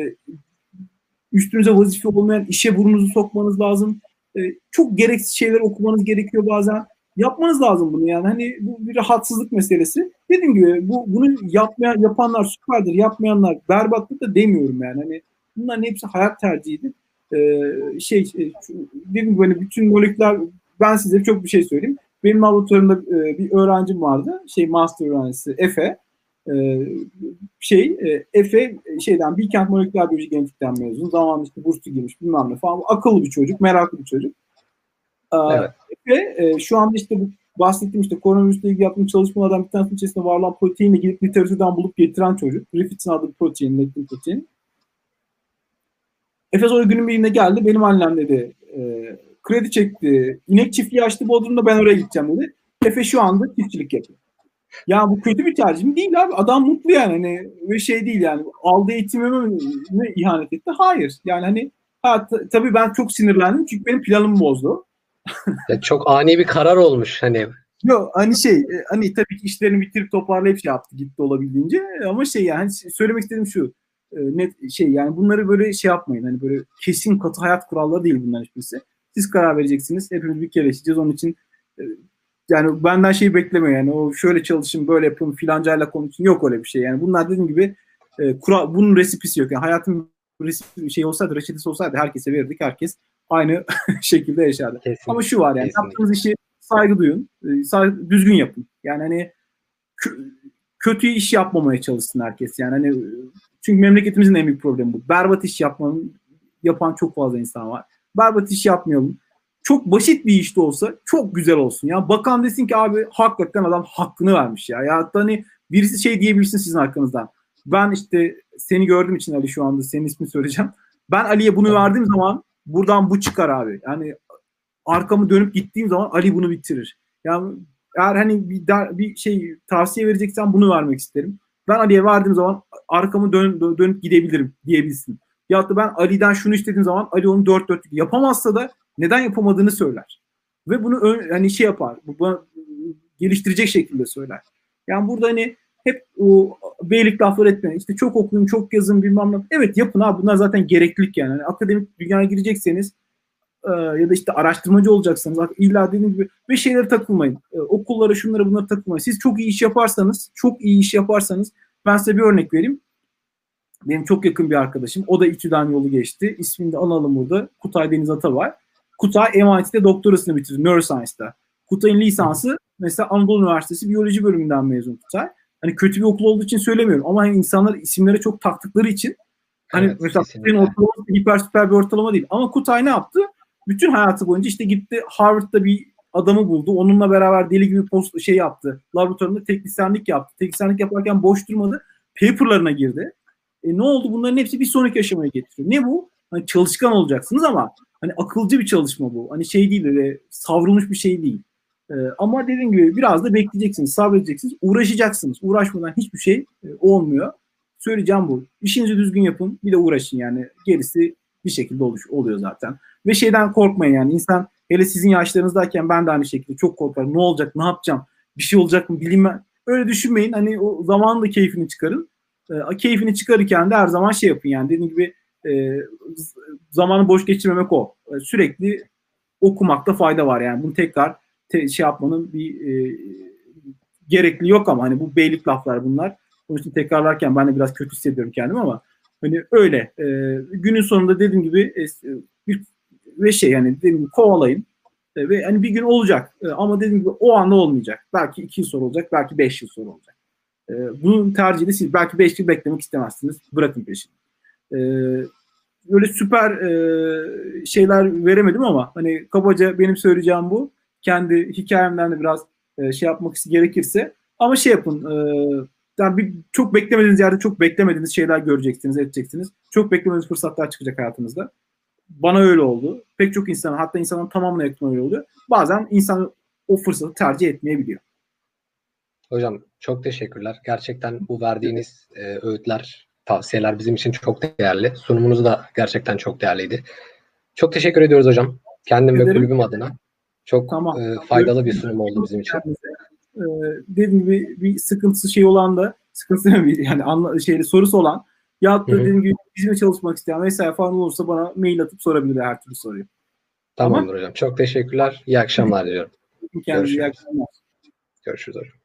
üstünüze vazife olmayan işe burnunuzu sokmanız lazım. Çok gereksiz şeyler okumanız gerekiyor bazen. Yapmanız lazım bunu yani. Hani bu bir rahatsızlık meselesi. Dediğim gibi bunu yapanlar süperdir. Yapmayanlar berbattır da demiyorum yani. Hani bunların hepsi hayat tercihidir. Dediğim gibi hani bütün moleküler ben size çok bir şey söyleyeyim. Benim laboratuvarımda bir öğrencim vardı. Master öğrencisi Efe. Efe Bilkent Moleküler Biyoloji Genetik'ten mezun. Zamanında işte burslu girmiş bilmem ne falan. Akıllı bir çocuk, meraklı bir çocuk. Evet. Ve şu anda işte bu bahsettiğim işte koronavirüsle ilgili yaptığım çalışmalardan bir tanesinin içerisinde var olan proteinle gidip literatürden bulup getiren çocuk. Griffiths'in adlı bir protein, lektin protein. Efe sonra günün birinde geldi. Benim annem dedi kredi çekti. İnek çiftliği açtı Bodrum'da ben oraya gideceğim dedi. Efe şu anda çiftçilik yapıyor. Ya bu kötü bir tercih mi? Değil abi. Adam mutlu yani. Hani ve değil yani. Aldığı eğitimime mi ihanet etti? Hayır. Yani hani tabii ben çok sinirlendim çünkü benim planımı bozdu. Ya çok ani bir karar olmuş hani. Yok hani hani tabii ki işlerini bitirip toparlayıp yaptı gitti olabildiğince ama yani söylemek istediğim şu net yani bunları böyle yapmayın hani böyle kesin katı hayat kuralları değil bunların hiçbirisi. Siz karar vereceksiniz. Hepimiz bir kere yaşayacağız. Onun için yani benden beklemeyin yani o şöyle çalışın böyle yapın filancayla konuşun yok öyle bir şey yani bunlar dediğim gibi bunun resipisi yok yani hayatın olsaydı reçetesi olsaydı herkese verirdik herkes aynı şekilde yaşardı. Kesinlikle. Ama şu var yani, Kesinlikle. yaptığınız işi saygı duyun, düzgün yapın. Yani hani kötü iş yapmamaya çalışsın herkes. Yani hani çünkü memleketimizin en büyük problemi bu. Berbat iş yapan çok fazla insan var. Berbat iş yapmayalım. Çok basit bir iş de olsa çok güzel olsun. Ya bakan desin ki abi hakikaten adam hakkını vermiş ya. Ya hatta hani birisi şey diyebilsin sizin arkanızdan. Ben işte seni gördüğüm için Ali, şu anda senin ismini söyleyeceğim. Ben Ali'ye bunu verdiğim zaman buradan bu çıkar abi. Yani arkamı dönüp gittiğim zaman Ali bunu bitirir. Yani eğer hani bir şey tavsiye vereceksen bunu vermek isterim. Ben Ali'ye verdiğim zaman arkamı dönüp gidebilirim diyebilsin. Ya da ben Ali'den şunu istediğim zaman Ali onu dört dörtlük yapamazsa da neden yapamadığını söyler. Ve bunu hani şey yapar. Bunu geliştirecek şekilde söyler. Yani burada hani hep o beylik laflar etmeyin. İşte çok okuyun, çok yazın bilmem ne. Evet yapın abi, bunlar zaten gereklilik yani. Yani akademik dünyaya girecekseniz ya da işte araştırmacı olacaksanız illa dediğim gibi bir şeylere takılmayın. Okullara, şunlara, bunlara takılmayın. Siz çok iyi iş yaparsanız ben size bir örnek vereyim. Benim çok yakın bir arkadaşım. O da İTÜ'den yolu geçti. İsmini de analım burada. Kutay Deniz Atabay. Kutay MIT'de doktorasını bitirdi Neuroscience'da. Kutay'ın lisansı mesela Anadolu Üniversitesi Biyoloji bölümünden mezun Kutay. Hani kötü bir okul olduğu için söylemiyorum ama hani insanlar isimlere çok taktıkları için hani evet, mesela Kutay'ın ortalaması hiper süper bir ortalama değil. Ama Kutay ne yaptı? Bütün hayatı boyunca işte gitti Harvard'da bir adamı buldu. Onunla beraber deli gibi şey yaptı. Laboratuvarında teknisyenlik yaptı. Teknisyenlik yaparken boş durmadı. Paper'larına girdi. Ne oldu? Bunların hepsi bir sonraki aşamaya getiriyor. Ne bu? Hani çalışkan olacaksınız ama hani akılcı bir çalışma bu. Hani şey değil, öyle savrulmuş bir şey değil. Ama dediğim gibi biraz da bekleyeceksiniz, sabredeceksiniz, uğraşacaksınız. Uğraşmadan hiçbir şey olmuyor. Söyleyeceğim bu. İşinizi düzgün yapın, bir de uğraşın yani. Gerisi bir şekilde oluyor zaten. Ve şeyden korkmayın yani. İnsan hele sizin yaşlarınızdayken ben de aynı şekilde çok korkarım. Ne olacak, ne yapacağım, bir şey olacak mı bilinmez. Öyle düşünmeyin. Hani o zamanın da keyfini çıkarın. Keyfini çıkarırken de her zaman şey yapın yani. Dediğim gibi zamanı boş geçirmemek o. Sürekli okumakta fayda var yani. Bunu tekrar şey yapmanın bir gerekli yok ama hani bu beylik laflar bunlar. Onun için tekrarlarken ben de biraz kötü hissediyorum kendimi ama hani öyle. Günün sonunda dediğim gibi ve şey yani dediğim gibi kovalayın. Ve hani bir gün olacak. Ama dediğim gibi o anda olmayacak. Belki 2 yıl sonra olacak. Belki 5 yıl sonra olacak. Bunun tercihi de siz. Belki 5 yıl beklemek istemezsiniz. Bırakın peşini. Böyle süper şeyler veremedim ama hani kabaca benim söyleyeceğim bu. Kendi hikayemden de biraz şey yapmak gerekirse. Ama şey yapın. Yani çok beklemediğiniz yerde çok beklemediğiniz şeyler göreceksiniz, edeceksiniz. Çok beklemediğiniz fırsatlar çıkacak hayatınızda. Bana öyle oldu. Pek çok insan, hatta insanın tamamına yakın öyle oldu. Bazen insan o fırsatı tercih etmeyebiliyor. Hocam çok teşekkürler. Gerçekten bu verdiğiniz öğütler, tavsiyeler bizim için çok değerli. Sunumunuz da gerçekten çok değerliydi. Çok teşekkür ediyoruz hocam. Kendim ve kulübüm adına. Çok faydalı bir sunum oldu bizim için. Dediğim gibi bir sıkıntısı şey olan da sıkıntısı yani sorusu olan ya da dediğim gibi bizimle çalışmak isteyen vesaire falan olursa bana mail atıp sorabilir her türlü soruyu. Tamamdır hocam. Çok teşekkürler. İyi akşamlar diliyorum. Kendinize iyi akşamlar. Görüşürüz hocam.